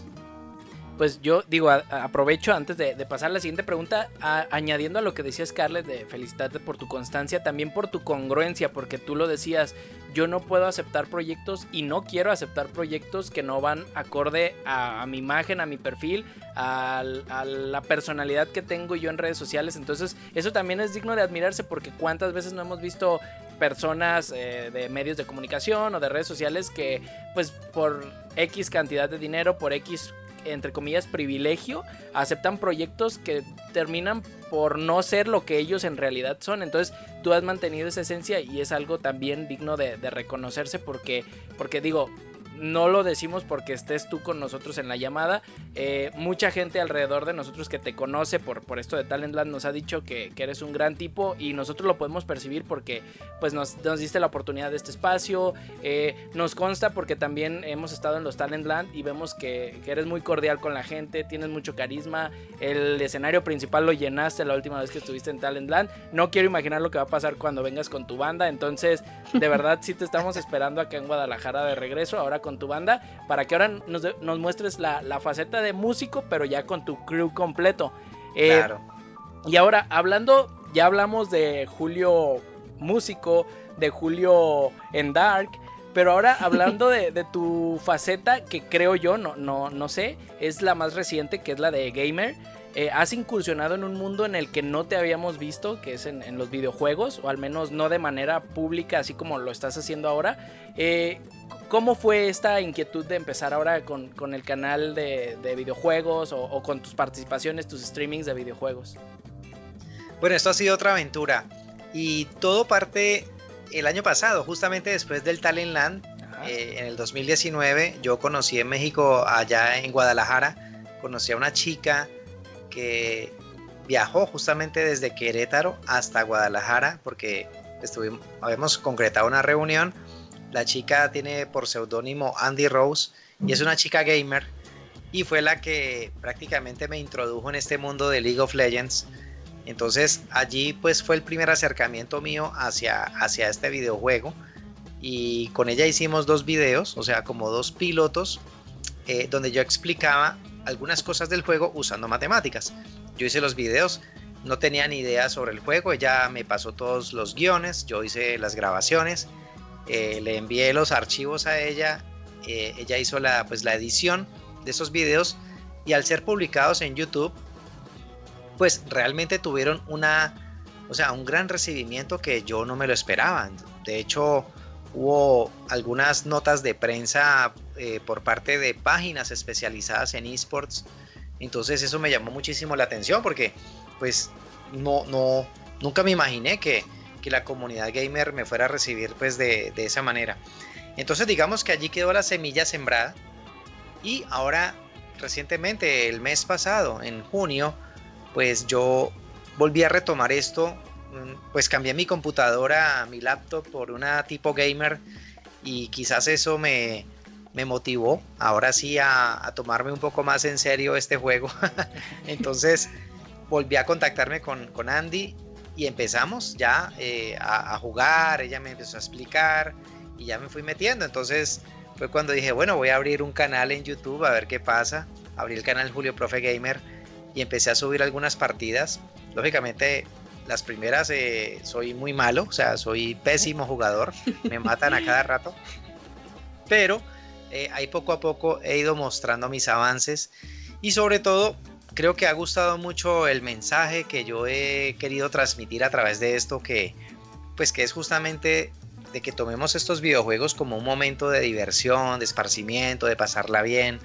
[SPEAKER 2] Pues yo digo, a, a, aprovecho antes de, de pasar a la siguiente pregunta, a, añadiendo a lo que decía Scarlett, de felicitarte por tu constancia, también por tu congruencia, porque tú lo decías, yo no puedo aceptar proyectos y no quiero aceptar proyectos que no van acorde a, a mi imagen, a mi perfil, a, a la personalidad que tengo yo en redes sociales. Entonces eso también es digno de admirarse, porque cuántas veces no hemos visto personas eh, de medios de comunicación o de redes sociales que pues por X cantidad de dinero, por X entre comillas privilegio, aceptan proyectos que terminan por no ser lo que ellos en realidad son. Entonces tú has mantenido esa esencia y es algo también digno de, de reconocerse, porque, porque digo, no lo decimos porque estés tú con nosotros en la llamada. Eh, mucha gente alrededor de nosotros que te conoce por, por esto de Talentland nos ha dicho que, que eres un gran tipo, y nosotros lo podemos percibir porque pues nos, nos diste la oportunidad de este espacio. Eh, nos consta porque también hemos estado en los Talentland y vemos que, que eres muy cordial con la gente, tienes mucho carisma. El escenario principal lo llenaste la última vez que estuviste en Talentland. No quiero imaginar lo que va a pasar cuando vengas con tu banda. Entonces de verdad sí te estamos esperando acá en Guadalajara de regreso, ahora con tu banda, para que ahora nos, de, nos muestres la, la faceta de músico, pero ya con tu crew completo. Eh,
[SPEAKER 4] claro.
[SPEAKER 2] Y ahora, hablando, ya hablamos de Julio músico, de Julio en Dark, pero ahora hablando de, de tu faceta, que creo yo, no, no, no sé, es la más reciente, que es la de gamer. Eh, has incursionado en un mundo en el que no te habíamos visto, que es en, en los videojuegos, o al menos no de manera pública, así como lo estás haciendo ahora. Eh, ¿Cómo fue esta inquietud de empezar ahora con, con el canal de, de videojuegos o, o con tus participaciones, tus streamings de videojuegos?
[SPEAKER 4] Bueno, esto ha sido otra aventura y todo parte el año pasado, justamente después del Talentland. Eh, en el dos mil diecinueve yo conocí en México, allá en Guadalajara, conocí a una chica que viajó justamente desde Querétaro hasta Guadalajara porque estuvimos, habíamos concretado una reunión. La chica tiene por seudónimo Andy Rose y es una chica gamer y fue la que prácticamente me introdujo en este mundo de League of Legends. Entonces allí pues fue el primer acercamiento mío hacia, hacia este videojuego y con ella hicimos dos videos, o sea como dos pilotos eh, donde yo explicaba algunas cosas del juego usando matemáticas. Yo hice los videos, no tenía ni idea sobre el juego, ella me pasó todos los guiones, yo hice las grabaciones, eh, le envié los archivos a ella, eh, ella hizo la, pues, la edición de esos videos y al ser publicados en YouTube pues realmente tuvieron una, o sea, un gran recibimiento que yo no me lo esperaba. De hecho, hubo algunas notas de prensa eh, por parte de páginas especializadas en esports. Entonces eso me llamó muchísimo la atención porque pues no, no, nunca me imaginé que, que la comunidad gamer me fuera a recibir pues de, de esa manera. Entonces digamos que allí quedó la semilla sembrada y ahora recientemente, el mes pasado, en junio, pues yo volví a retomar esto, pues cambié mi computadora, mi laptop por una tipo gamer y quizás eso me, me motivó ahora sí a, a tomarme un poco más en serio este juego. Entonces volví a contactarme con, con Andy y empezamos ya eh, a, a jugar, ella me empezó a explicar y ya me fui metiendo. Entonces fue cuando dije, bueno, voy a abrir un canal en YouTube a ver qué pasa. Abrí el canal Julio Profe Gamer y empecé a subir algunas partidas. Lógicamente las primeras eh, soy muy malo, o sea, soy pésimo jugador, me matan a cada rato, pero eh, ahí poco a poco he ido mostrando mis avances y sobre todo creo que ha gustado mucho el mensaje que yo he querido transmitir a través de esto, que pues que es justamente de que tomemos estos videojuegos como un momento de diversión, de esparcimiento, de pasarla bien,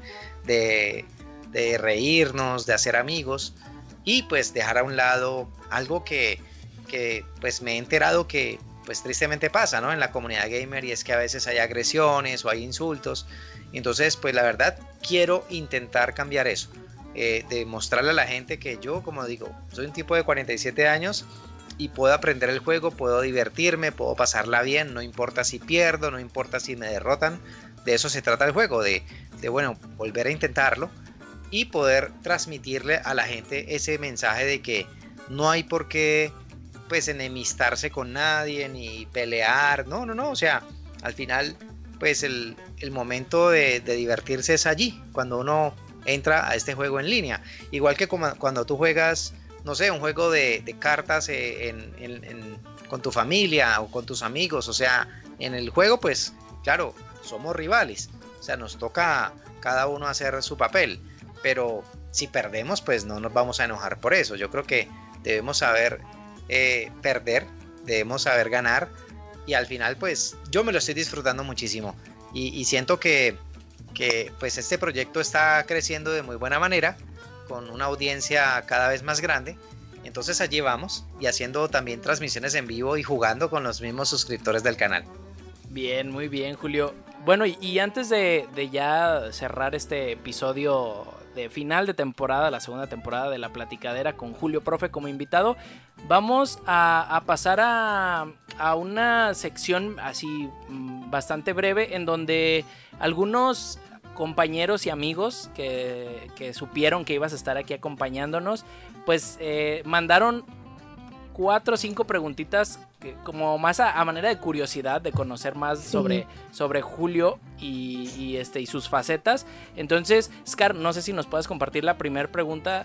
[SPEAKER 4] de de reírnos, de hacer amigos y pues dejar a un lado algo que, que pues me he enterado que pues tristemente pasa, ¿no? En la comunidad gamer, y es que a veces hay agresiones o hay insultos. Entonces pues la verdad quiero intentar cambiar eso, eh, de mostrarle a la gente que yo, como digo, soy un tipo de cuarenta y siete años y puedo aprender el juego, puedo divertirme, puedo pasarla bien, no importa si pierdo, no importa si me derrotan. De eso se trata el juego, de, de bueno, volver a intentarlo y poder transmitirle a la gente ese mensaje de que no hay por qué pues enemistarse con nadie ni pelear, no, no, no, o sea, al final pues el, el momento de, de divertirse es allí, cuando uno entra a este juego en línea, igual que como cuando tú juegas, no sé, un juego de, de cartas en, en, en, con tu familia o con tus amigos, o sea, en el juego pues claro, somos rivales, o sea, nos toca cada uno hacer su papel, pero si perdemos pues no nos vamos a enojar por eso. Yo creo que debemos saber eh, perder, debemos saber ganar y al final pues yo me lo estoy disfrutando muchísimo y, y siento que, que pues este proyecto está creciendo de muy buena manera con una audiencia cada vez más grande. Entonces allí vamos y haciendo también transmisiones en vivo y jugando con los mismos suscriptores del canal.
[SPEAKER 2] Bien, muy bien, Julio. Bueno, y, y antes de, de ya cerrar este episodio de final de temporada, la segunda temporada de La Platicadera con Julio Profe como invitado, vamos a, a pasar a, a una sección así bastante breve en donde algunos compañeros y amigos que, que supieron que ibas a estar aquí acompañándonos, pues eh, mandaron cuatro o cinco preguntitas que, como más a, a manera de curiosidad, de conocer más sí. sobre, sobre Julio y, y, este, y sus facetas. Entonces, Scar, no sé si nos puedes compartir la primera pregunta.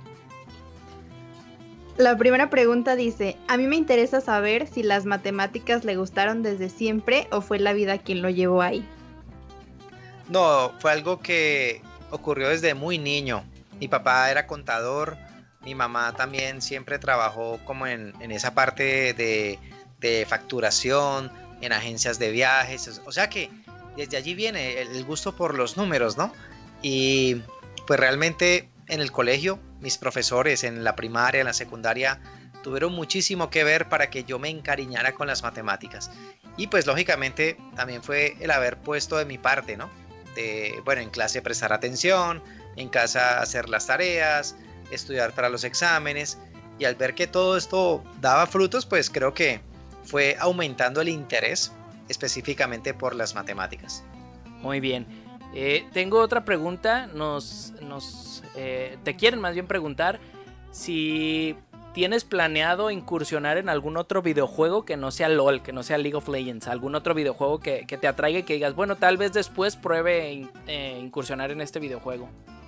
[SPEAKER 3] La primera pregunta dice: a mí me interesa saber si las matemáticas le gustaron desde siempre o fue la vida quien lo llevó ahí.
[SPEAKER 4] No, fue algo que ocurrió desde muy niño. Mi papá era contador. Mi mamá también siempre trabajó como en, en esa parte de, de facturación, en agencias de viajes. O sea que desde allí viene el, el gusto por los números, ¿no? Y pues realmente en el colegio, mis profesores en la primaria, en la secundaria, tuvieron muchísimo que ver para que yo me encariñara con las matemáticas. Y pues lógicamente también fue el haber puesto de mi parte, ¿no? De, bueno, en clase prestar atención, en casa hacer las tareas, estudiar para los exámenes, y al ver que todo esto daba frutos, pues creo que fue aumentando el interés específicamente por las matemáticas.
[SPEAKER 2] Muy bien. Eh, tengo otra pregunta. Nos, nos eh, te quieren más bien preguntar si tienes planeado incursionar en algún otro videojuego que no sea LOL, que no sea League of Legends, algún otro videojuego que, que te atraiga y que digas, bueno, tal vez después pruebe eh, incursionar en este videojuego.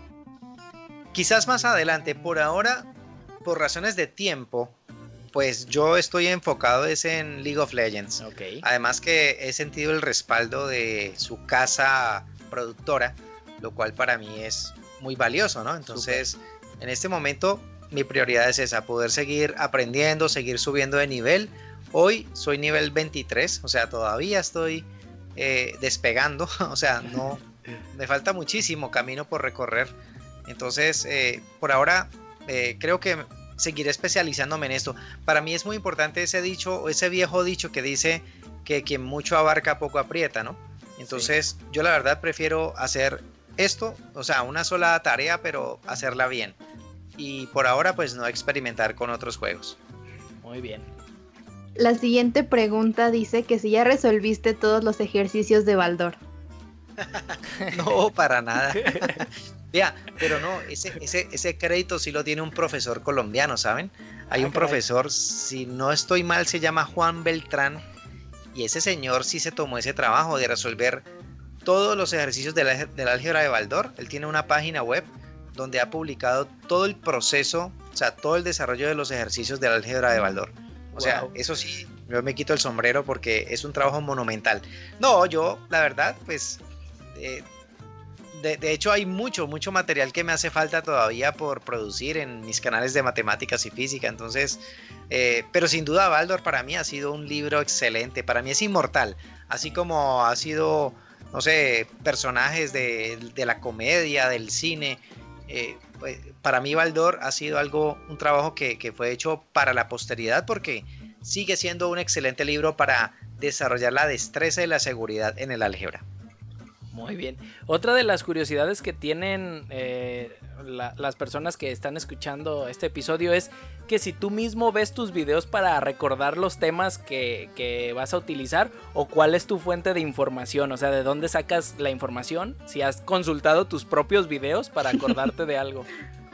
[SPEAKER 4] Quizás más adelante. Por ahora, por razones de tiempo, pues yo estoy enfocado es en League of Legends.
[SPEAKER 2] Okay.
[SPEAKER 4] Además que he sentido el respaldo de su casa productora, lo cual para mí es muy valioso, ¿no? Entonces, super. En este momento mi prioridad es esa, poder seguir aprendiendo, seguir subiendo de nivel. Hoy soy nivel veintitrés, o sea, todavía estoy eh, despegando, o sea, no, me falta muchísimo camino por recorrer. Entonces, eh, por ahora, eh, creo que seguiré especializándome en esto. Para mí es muy importante ese dicho, ese viejo dicho que dice que quien mucho abarca poco aprieta, ¿no? Entonces, sí. Yo la verdad prefiero hacer esto, o sea, una sola tarea, pero hacerla bien. Y por ahora, pues no experimentar con otros juegos.
[SPEAKER 2] Muy bien.
[SPEAKER 3] La siguiente pregunta dice que si ya resolviste todos los ejercicios de Baldor.
[SPEAKER 4] No, para nada. Vea, pero no, ese, ese, ese crédito sí lo tiene un profesor colombiano, ¿saben? Hay ah, un caray. profesor, si no estoy mal, se llama Juan Beltrán, y ese señor sí se tomó ese trabajo de resolver todos los ejercicios de la, del álgebra de Baldor. Él tiene una página web donde ha publicado todo el proceso, o sea, todo el desarrollo de los ejercicios del álgebra de Baldor. O wow. sea, eso sí, yo me quito el sombrero porque es un trabajo monumental. No, yo, la verdad, pues... Eh, De, de hecho hay mucho, mucho material que me hace falta todavía por producir en mis canales de matemáticas y física, entonces, eh, pero sin duda Baldor para mí ha sido un libro excelente, para mí es inmortal, así como ha sido, no sé, personajes de, de la comedia, del cine, eh, pues, para mí Baldor ha sido algo, un trabajo que, que fue hecho para la posteridad porque sigue siendo un excelente libro para desarrollar la destreza y la seguridad en el álgebra.
[SPEAKER 2] Muy bien. Otra de las curiosidades que tienen eh, la, las personas que están escuchando este episodio es que si tú mismo ves tus videos para recordar los temas que, que vas a utilizar o cuál es tu fuente de información, o sea, de dónde sacas la información, si has consultado tus propios videos para acordarte de algo.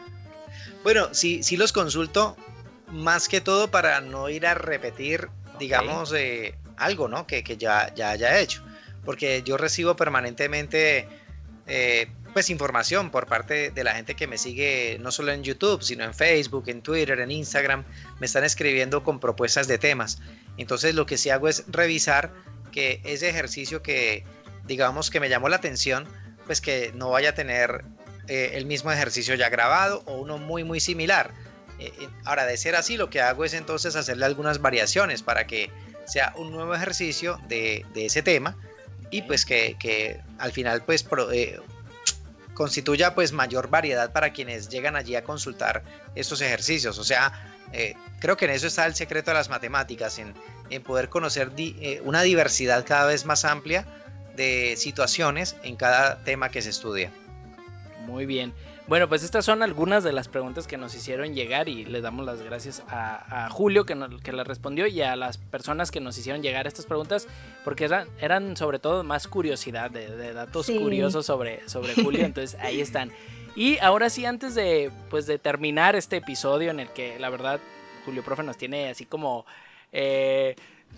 [SPEAKER 4] Bueno, sí, sí los consulto más que todo para no ir a repetir, okay. digamos, eh, algo, ¿no? Que, que ya, ya haya hecho. Porque yo recibo permanentemente eh, pues información por parte de la gente que me sigue no solo en YouTube, sino en Facebook, en Twitter, en Instagram, me están escribiendo con propuestas de temas. Entonces lo que sí hago es revisar que ese ejercicio que digamos que me llamó la atención, pues que no vaya a tener eh, el mismo ejercicio ya grabado o uno muy muy similar. Eh, ahora, de ser así, lo que hago es entonces hacerle algunas variaciones para que sea un nuevo ejercicio de, de ese tema. Y pues que, que al final pues pro, eh, constituya pues mayor variedad para quienes llegan allí a consultar estos ejercicios. O sea, eh, creo que en eso está el secreto de las matemáticas, en, en poder conocer di, eh, una diversidad cada vez más amplia de situaciones en cada tema que se estudia.
[SPEAKER 2] Muy bien. Bueno, pues estas son algunas de las preguntas que nos hicieron llegar y les damos las gracias a, a Julio que, nos, que las respondió y a las personas que nos hicieron llegar estas preguntas porque eran, eran sobre todo más curiosidad, de, de datos sí. curiosos sobre, sobre Julio, entonces ahí están. Y ahora sí, antes de, pues, de terminar este episodio en el que la verdad Julio Profe nos tiene así como... Eh,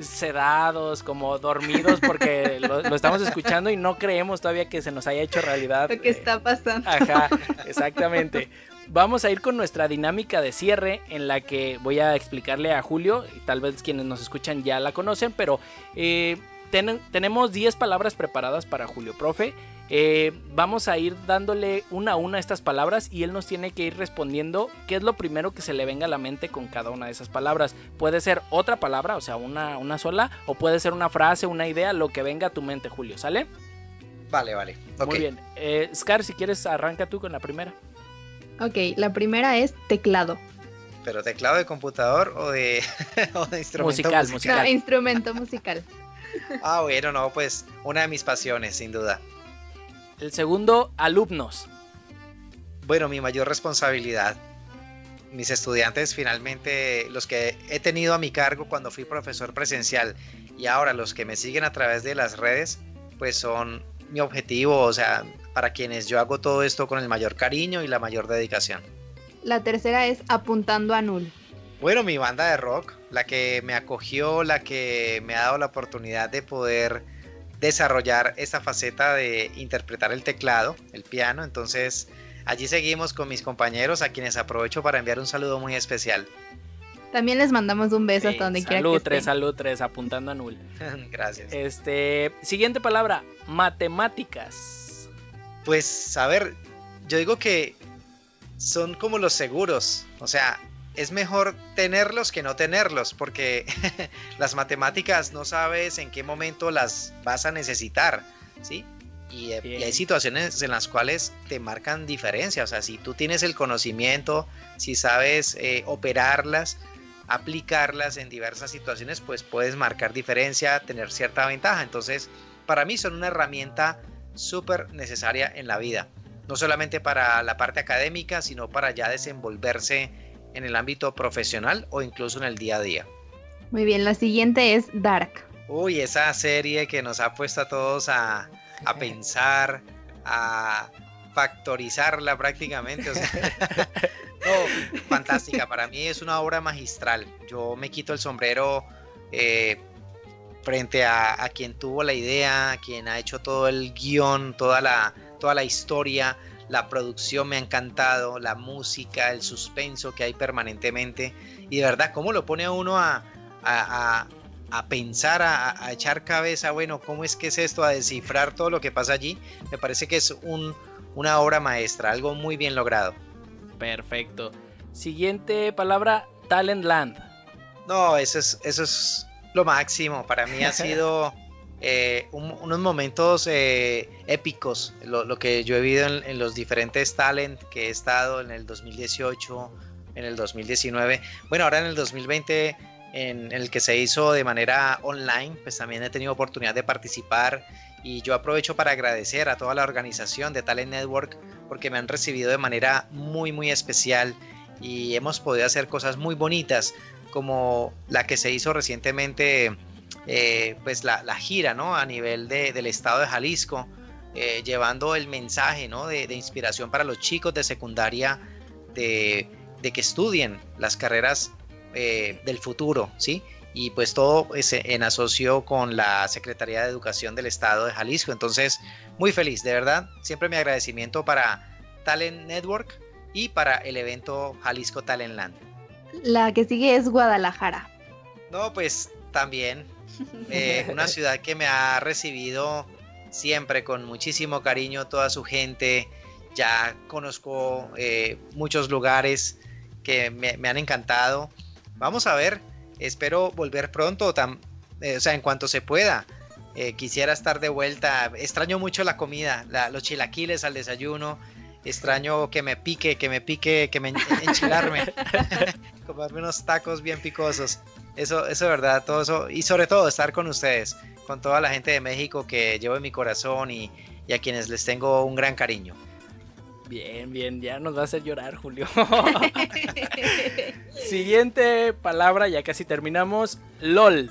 [SPEAKER 2] sedados, como dormidos porque lo, lo estamos escuchando y no creemos todavía que se nos haya hecho realidad
[SPEAKER 3] lo que está pasando.
[SPEAKER 2] Ajá, exactamente. Vamos a ir con nuestra dinámica de cierre en la que voy a explicarle a Julio, y tal vez quienes nos escuchan ya la conocen, pero eh, ten, tenemos diez palabras preparadas para Julio Profe. Eh, vamos a ir dándole una a una estas palabras y él nos tiene que ir respondiendo qué es lo primero que se le venga a la mente con cada una de esas palabras. Puede ser otra palabra, o sea, una, una sola, o puede ser una frase, una idea, lo que venga a tu mente, Julio, ¿sale?
[SPEAKER 4] Vale, vale.
[SPEAKER 2] Okay. Muy bien. Eh, Scar, si quieres, arranca tú con la primera.
[SPEAKER 3] Ok, la primera es teclado.
[SPEAKER 4] ¿Pero teclado de computador o de, o de instrumento
[SPEAKER 2] musical?
[SPEAKER 4] musical?
[SPEAKER 2] musical.
[SPEAKER 3] No, instrumento musical.
[SPEAKER 4] Ah, bueno, no, pues una de mis pasiones, sin duda.
[SPEAKER 2] El segundo, alumnos.
[SPEAKER 4] Bueno, mi mayor responsabilidad. mis estudiantes finalmente, los que he tenido a mi cargo cuando fui profesor presencial y ahora los que me siguen a través de las redes, pues son mi objetivo, o sea, para quienes yo hago todo esto con el mayor cariño y la mayor dedicación.
[SPEAKER 3] La tercera es Apuntando a Null.
[SPEAKER 4] Bueno, mi banda de rock, la que me acogió, la que me ha dado la oportunidad de poder desarrollar esta faceta de interpretar el teclado, el piano. Entonces, allí seguimos con mis compañeros, a quienes aprovecho para enviar un saludo muy especial.
[SPEAKER 3] También les mandamos un beso
[SPEAKER 2] Sí,
[SPEAKER 3] hasta donde quiera
[SPEAKER 2] salud,
[SPEAKER 3] que
[SPEAKER 2] tres,
[SPEAKER 3] estén.
[SPEAKER 2] salud, tres, apuntando a Null.
[SPEAKER 4] Gracias.
[SPEAKER 2] Este, siguiente palabra, matemáticas.
[SPEAKER 4] Pues, a ver, yo digo que son como los seguros, o sea, es mejor tenerlos que no tenerlos, porque las matemáticas no sabes en qué momento las vas a necesitar, ¿sí? Y, y hay situaciones en las cuales te marcan diferencia, o sea, si tú tienes el conocimiento, si sabes eh, operarlas, aplicarlas en diversas situaciones, pues puedes marcar diferencia, tener cierta ventaja. Entonces, para mí son una herramienta súper necesaria en la vida, no solamente para la parte académica, sino para ya desenvolverse en el ámbito profesional o incluso en el día a día.
[SPEAKER 3] Muy bien, la siguiente es Dark.
[SPEAKER 4] Uy, esa serie que nos ha puesto a todos a, a pensar, a factorizarla prácticamente, o sea, no, fantástica, para mí es una obra magistral. Yo me quito el sombrero eh, frente a, a quien tuvo la idea, a quien ha hecho todo el guión, toda la, toda la historia. La producción me ha encantado, la música, el suspenso que hay permanentemente, y de verdad, cómo lo pone a uno a, a, a, a pensar, a, a echar cabeza, bueno, ¿cómo es que es esto? A descifrar todo lo que pasa allí. Me parece que es un, una obra maestra, algo muy bien logrado.
[SPEAKER 2] Perfecto. Siguiente palabra, Talentland.
[SPEAKER 4] No, eso es, eso es lo máximo. Para mí ha sido eh, un, unos momentos eh, épicos, lo, lo que yo he vivido en, en los diferentes talent que he estado en el dos mil dieciocho, en el dos mil diecinueve. Bueno, ahora en el dos mil veinte, en, en el que se hizo de manera online, pues también he tenido oportunidad de participar. Y yo aprovecho para agradecer a toda la organización de Talent Network porque me han recibido de manera muy muy especial y hemos podido hacer cosas muy bonitas como la que se hizo recientemente, eh, pues la, la gira, ¿no? A nivel de, del estado de Jalisco, eh, llevando el mensaje, ¿no? de, de inspiración para los chicos de secundaria de, de que estudien las carreras eh, del futuro, ¿sí? Y pues todo es en asocio con la Secretaría de Educación del Estado de Jalisco. Entonces, muy feliz, de verdad. Siempre mi agradecimiento para Talent Network y para el evento Jalisco Talentland.
[SPEAKER 3] La que sigue es Guadalajara.
[SPEAKER 4] No, pues también eh, una ciudad que me ha recibido siempre con muchísimo cariño, toda su gente. Ya conozco eh, muchos lugares que me, me han encantado. Vamos a ver. Espero volver pronto, tam, eh, o sea, en cuanto se pueda. Eh, quisiera estar de vuelta. Extraño mucho la comida, la, los chilaquiles al desayuno. Extraño que me pique, que me pique, que me enchilarme. Comerme unos tacos bien picosos. Eso, eso de verdad, todo eso. Y sobre todo estar con ustedes, con toda la gente de México que llevo en mi corazón y, y a quienes les tengo un gran cariño.
[SPEAKER 2] Bien, bien, ya nos va a hacer llorar, Julio. Siguiente palabra, ya casi terminamos, LOL.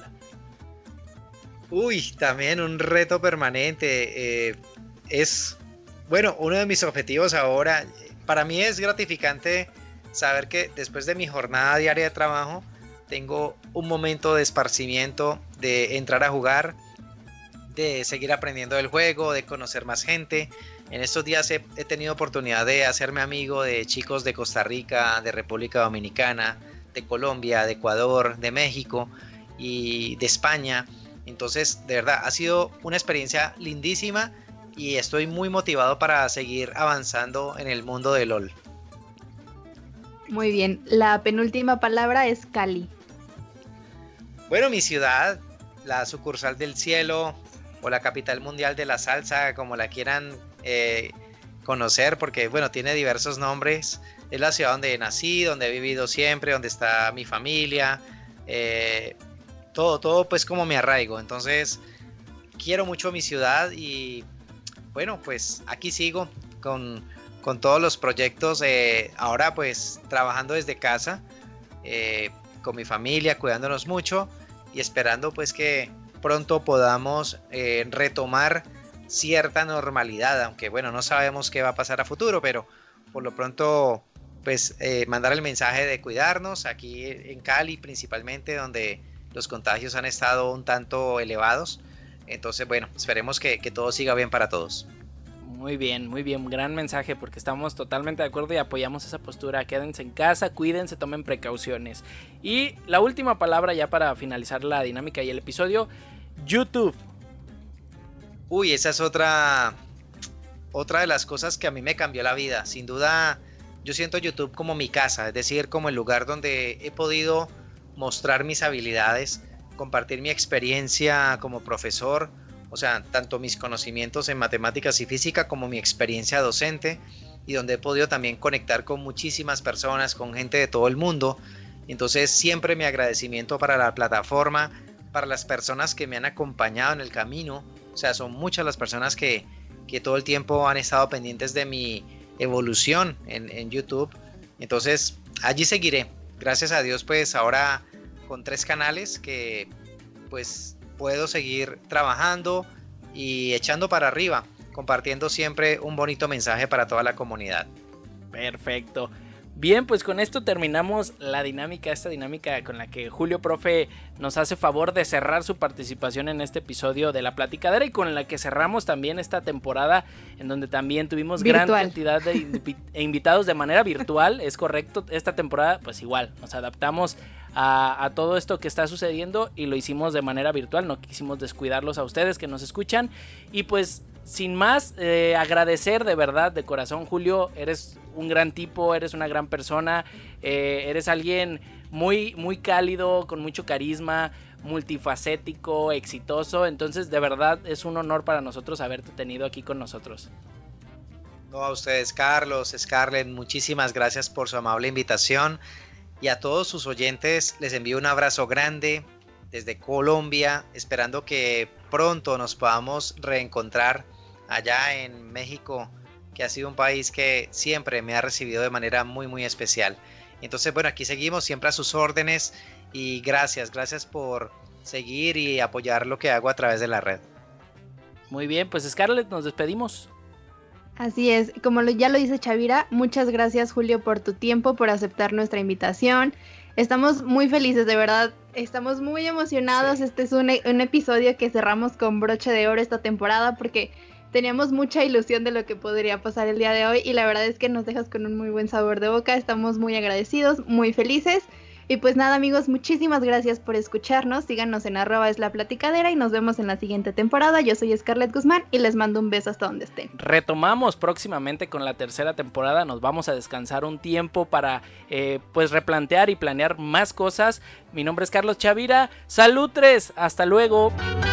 [SPEAKER 4] Uy, también un reto permanente. Eh, es, bueno, uno de mis objetivos ahora. Para mí es gratificante saber que después de mi jornada diaria de trabajo, tengo un momento de esparcimiento, de entrar a jugar, de seguir aprendiendo del juego, de conocer más gente. En estos días he, he tenido oportunidad de hacerme amigo de chicos de Costa Rica, de República Dominicana, de Colombia, de Ecuador, de México y de España. Entonces, de verdad, ha sido una experiencia lindísima y estoy muy motivado para seguir avanzando en el mundo de LOL.
[SPEAKER 3] Muy bien, la penúltima palabra es Cali.
[SPEAKER 4] Bueno, mi ciudad, la sucursal del cielo o la capital mundial de la salsa, como la quieran eh, conocer, porque bueno, tiene diversos nombres. Es la ciudad donde nací, donde he vivido siempre, donde está mi familia, eh, todo, todo pues como mi arraigo. Entonces quiero mucho mi ciudad y bueno, pues aquí sigo con, con todos los proyectos, eh, ahora pues trabajando desde casa, eh, con mi familia, cuidándonos mucho y esperando pues que pronto podamos eh, retomar cierta normalidad, aunque bueno, no sabemos qué va a pasar a futuro, pero por lo pronto pues eh, mandar el mensaje de cuidarnos aquí en Cali principalmente, donde los contagios han estado un tanto elevados. Entonces bueno, esperemos que, que todo siga bien para todos.
[SPEAKER 2] Muy bien, muy bien, gran mensaje, porque estamos totalmente de acuerdo y apoyamos esa postura. Quédense en casa, cuídense, tomen precauciones. Y la última palabra ya para finalizar la dinámica y el episodio, YouTube.
[SPEAKER 4] Uy, esa es otra, otra de las cosas que a mí me cambió la vida. Sin duda, yo siento YouTube como mi casa, es decir, como el lugar donde he podido mostrar mis habilidades, compartir mi experiencia como profesor. O sea, tanto mis conocimientos en matemáticas y física como mi experiencia docente, y donde he podido también conectar con muchísimas personas, con gente de todo el mundo. Entonces siempre mi agradecimiento para la plataforma, para las personas que me han acompañado en el camino. O sea, son muchas las personas que, que todo el tiempo han estado pendientes de mi evolución en, en YouTube. Entonces allí seguiré. Gracias a Dios, pues ahora con tres canales que pues puedo seguir trabajando y echando para arriba, compartiendo siempre un bonito mensaje para toda la comunidad.
[SPEAKER 2] Perfecto. Bien, pues con esto terminamos la dinámica, esta dinámica con la que Julio Profe nos hace favor de cerrar su participación en este episodio de La Platicadera, y con la que cerramos también esta temporada, en donde también tuvimos virtual. Gran cantidad de invi- invitados de manera virtual. Es correcto, esta temporada pues igual nos adaptamos a, a todo esto que está sucediendo y lo hicimos de manera virtual, no quisimos descuidarlos a ustedes que nos escuchan. Y pues sin más, eh, agradecer de verdad, de corazón, Julio, eres un gran tipo, eres una gran persona, eh, eres alguien muy, muy cálido, con mucho carisma, multifacético, exitoso. Entonces de verdad es un honor para nosotros haberte tenido aquí con nosotros.
[SPEAKER 4] No, a ustedes, Carlos, Scarlett, muchísimas gracias por su amable invitación, y a todos sus oyentes les envío un abrazo grande desde Colombia, esperando que pronto nos podamos reencontrar allá en México, que ha sido un país que siempre me ha recibido de manera muy muy especial. Entonces bueno, aquí seguimos siempre a sus órdenes, y gracias, gracias por seguir y apoyar lo que hago a través de la red.
[SPEAKER 2] Muy bien, pues Scarlett, nos despedimos.
[SPEAKER 3] Así es, como lo, ya lo dice Chavira, muchas gracias Julio por tu tiempo, por aceptar nuestra invitación. Estamos muy felices, de verdad, estamos muy emocionados. Sí. Este es un, un episodio que cerramos con broche de oro esta temporada, porque teníamos mucha ilusión de lo que podría pasar el día de hoy, y la verdad es que nos dejas con un muy buen sabor de boca. Estamos muy agradecidos, muy felices. Y pues nada, amigos, muchísimas gracias por escucharnos. Síganos en arroba es la platicadera y nos vemos en la siguiente temporada. Yo soy Scarlett Guzmán y les mando un beso hasta donde estén.
[SPEAKER 2] Retomamos próximamente con la tercera temporada. Nos vamos a descansar un tiempo para eh, pues replantear y planear más cosas. Mi nombre es Carlos Chavira. ¡Salutres! ¡Hasta luego!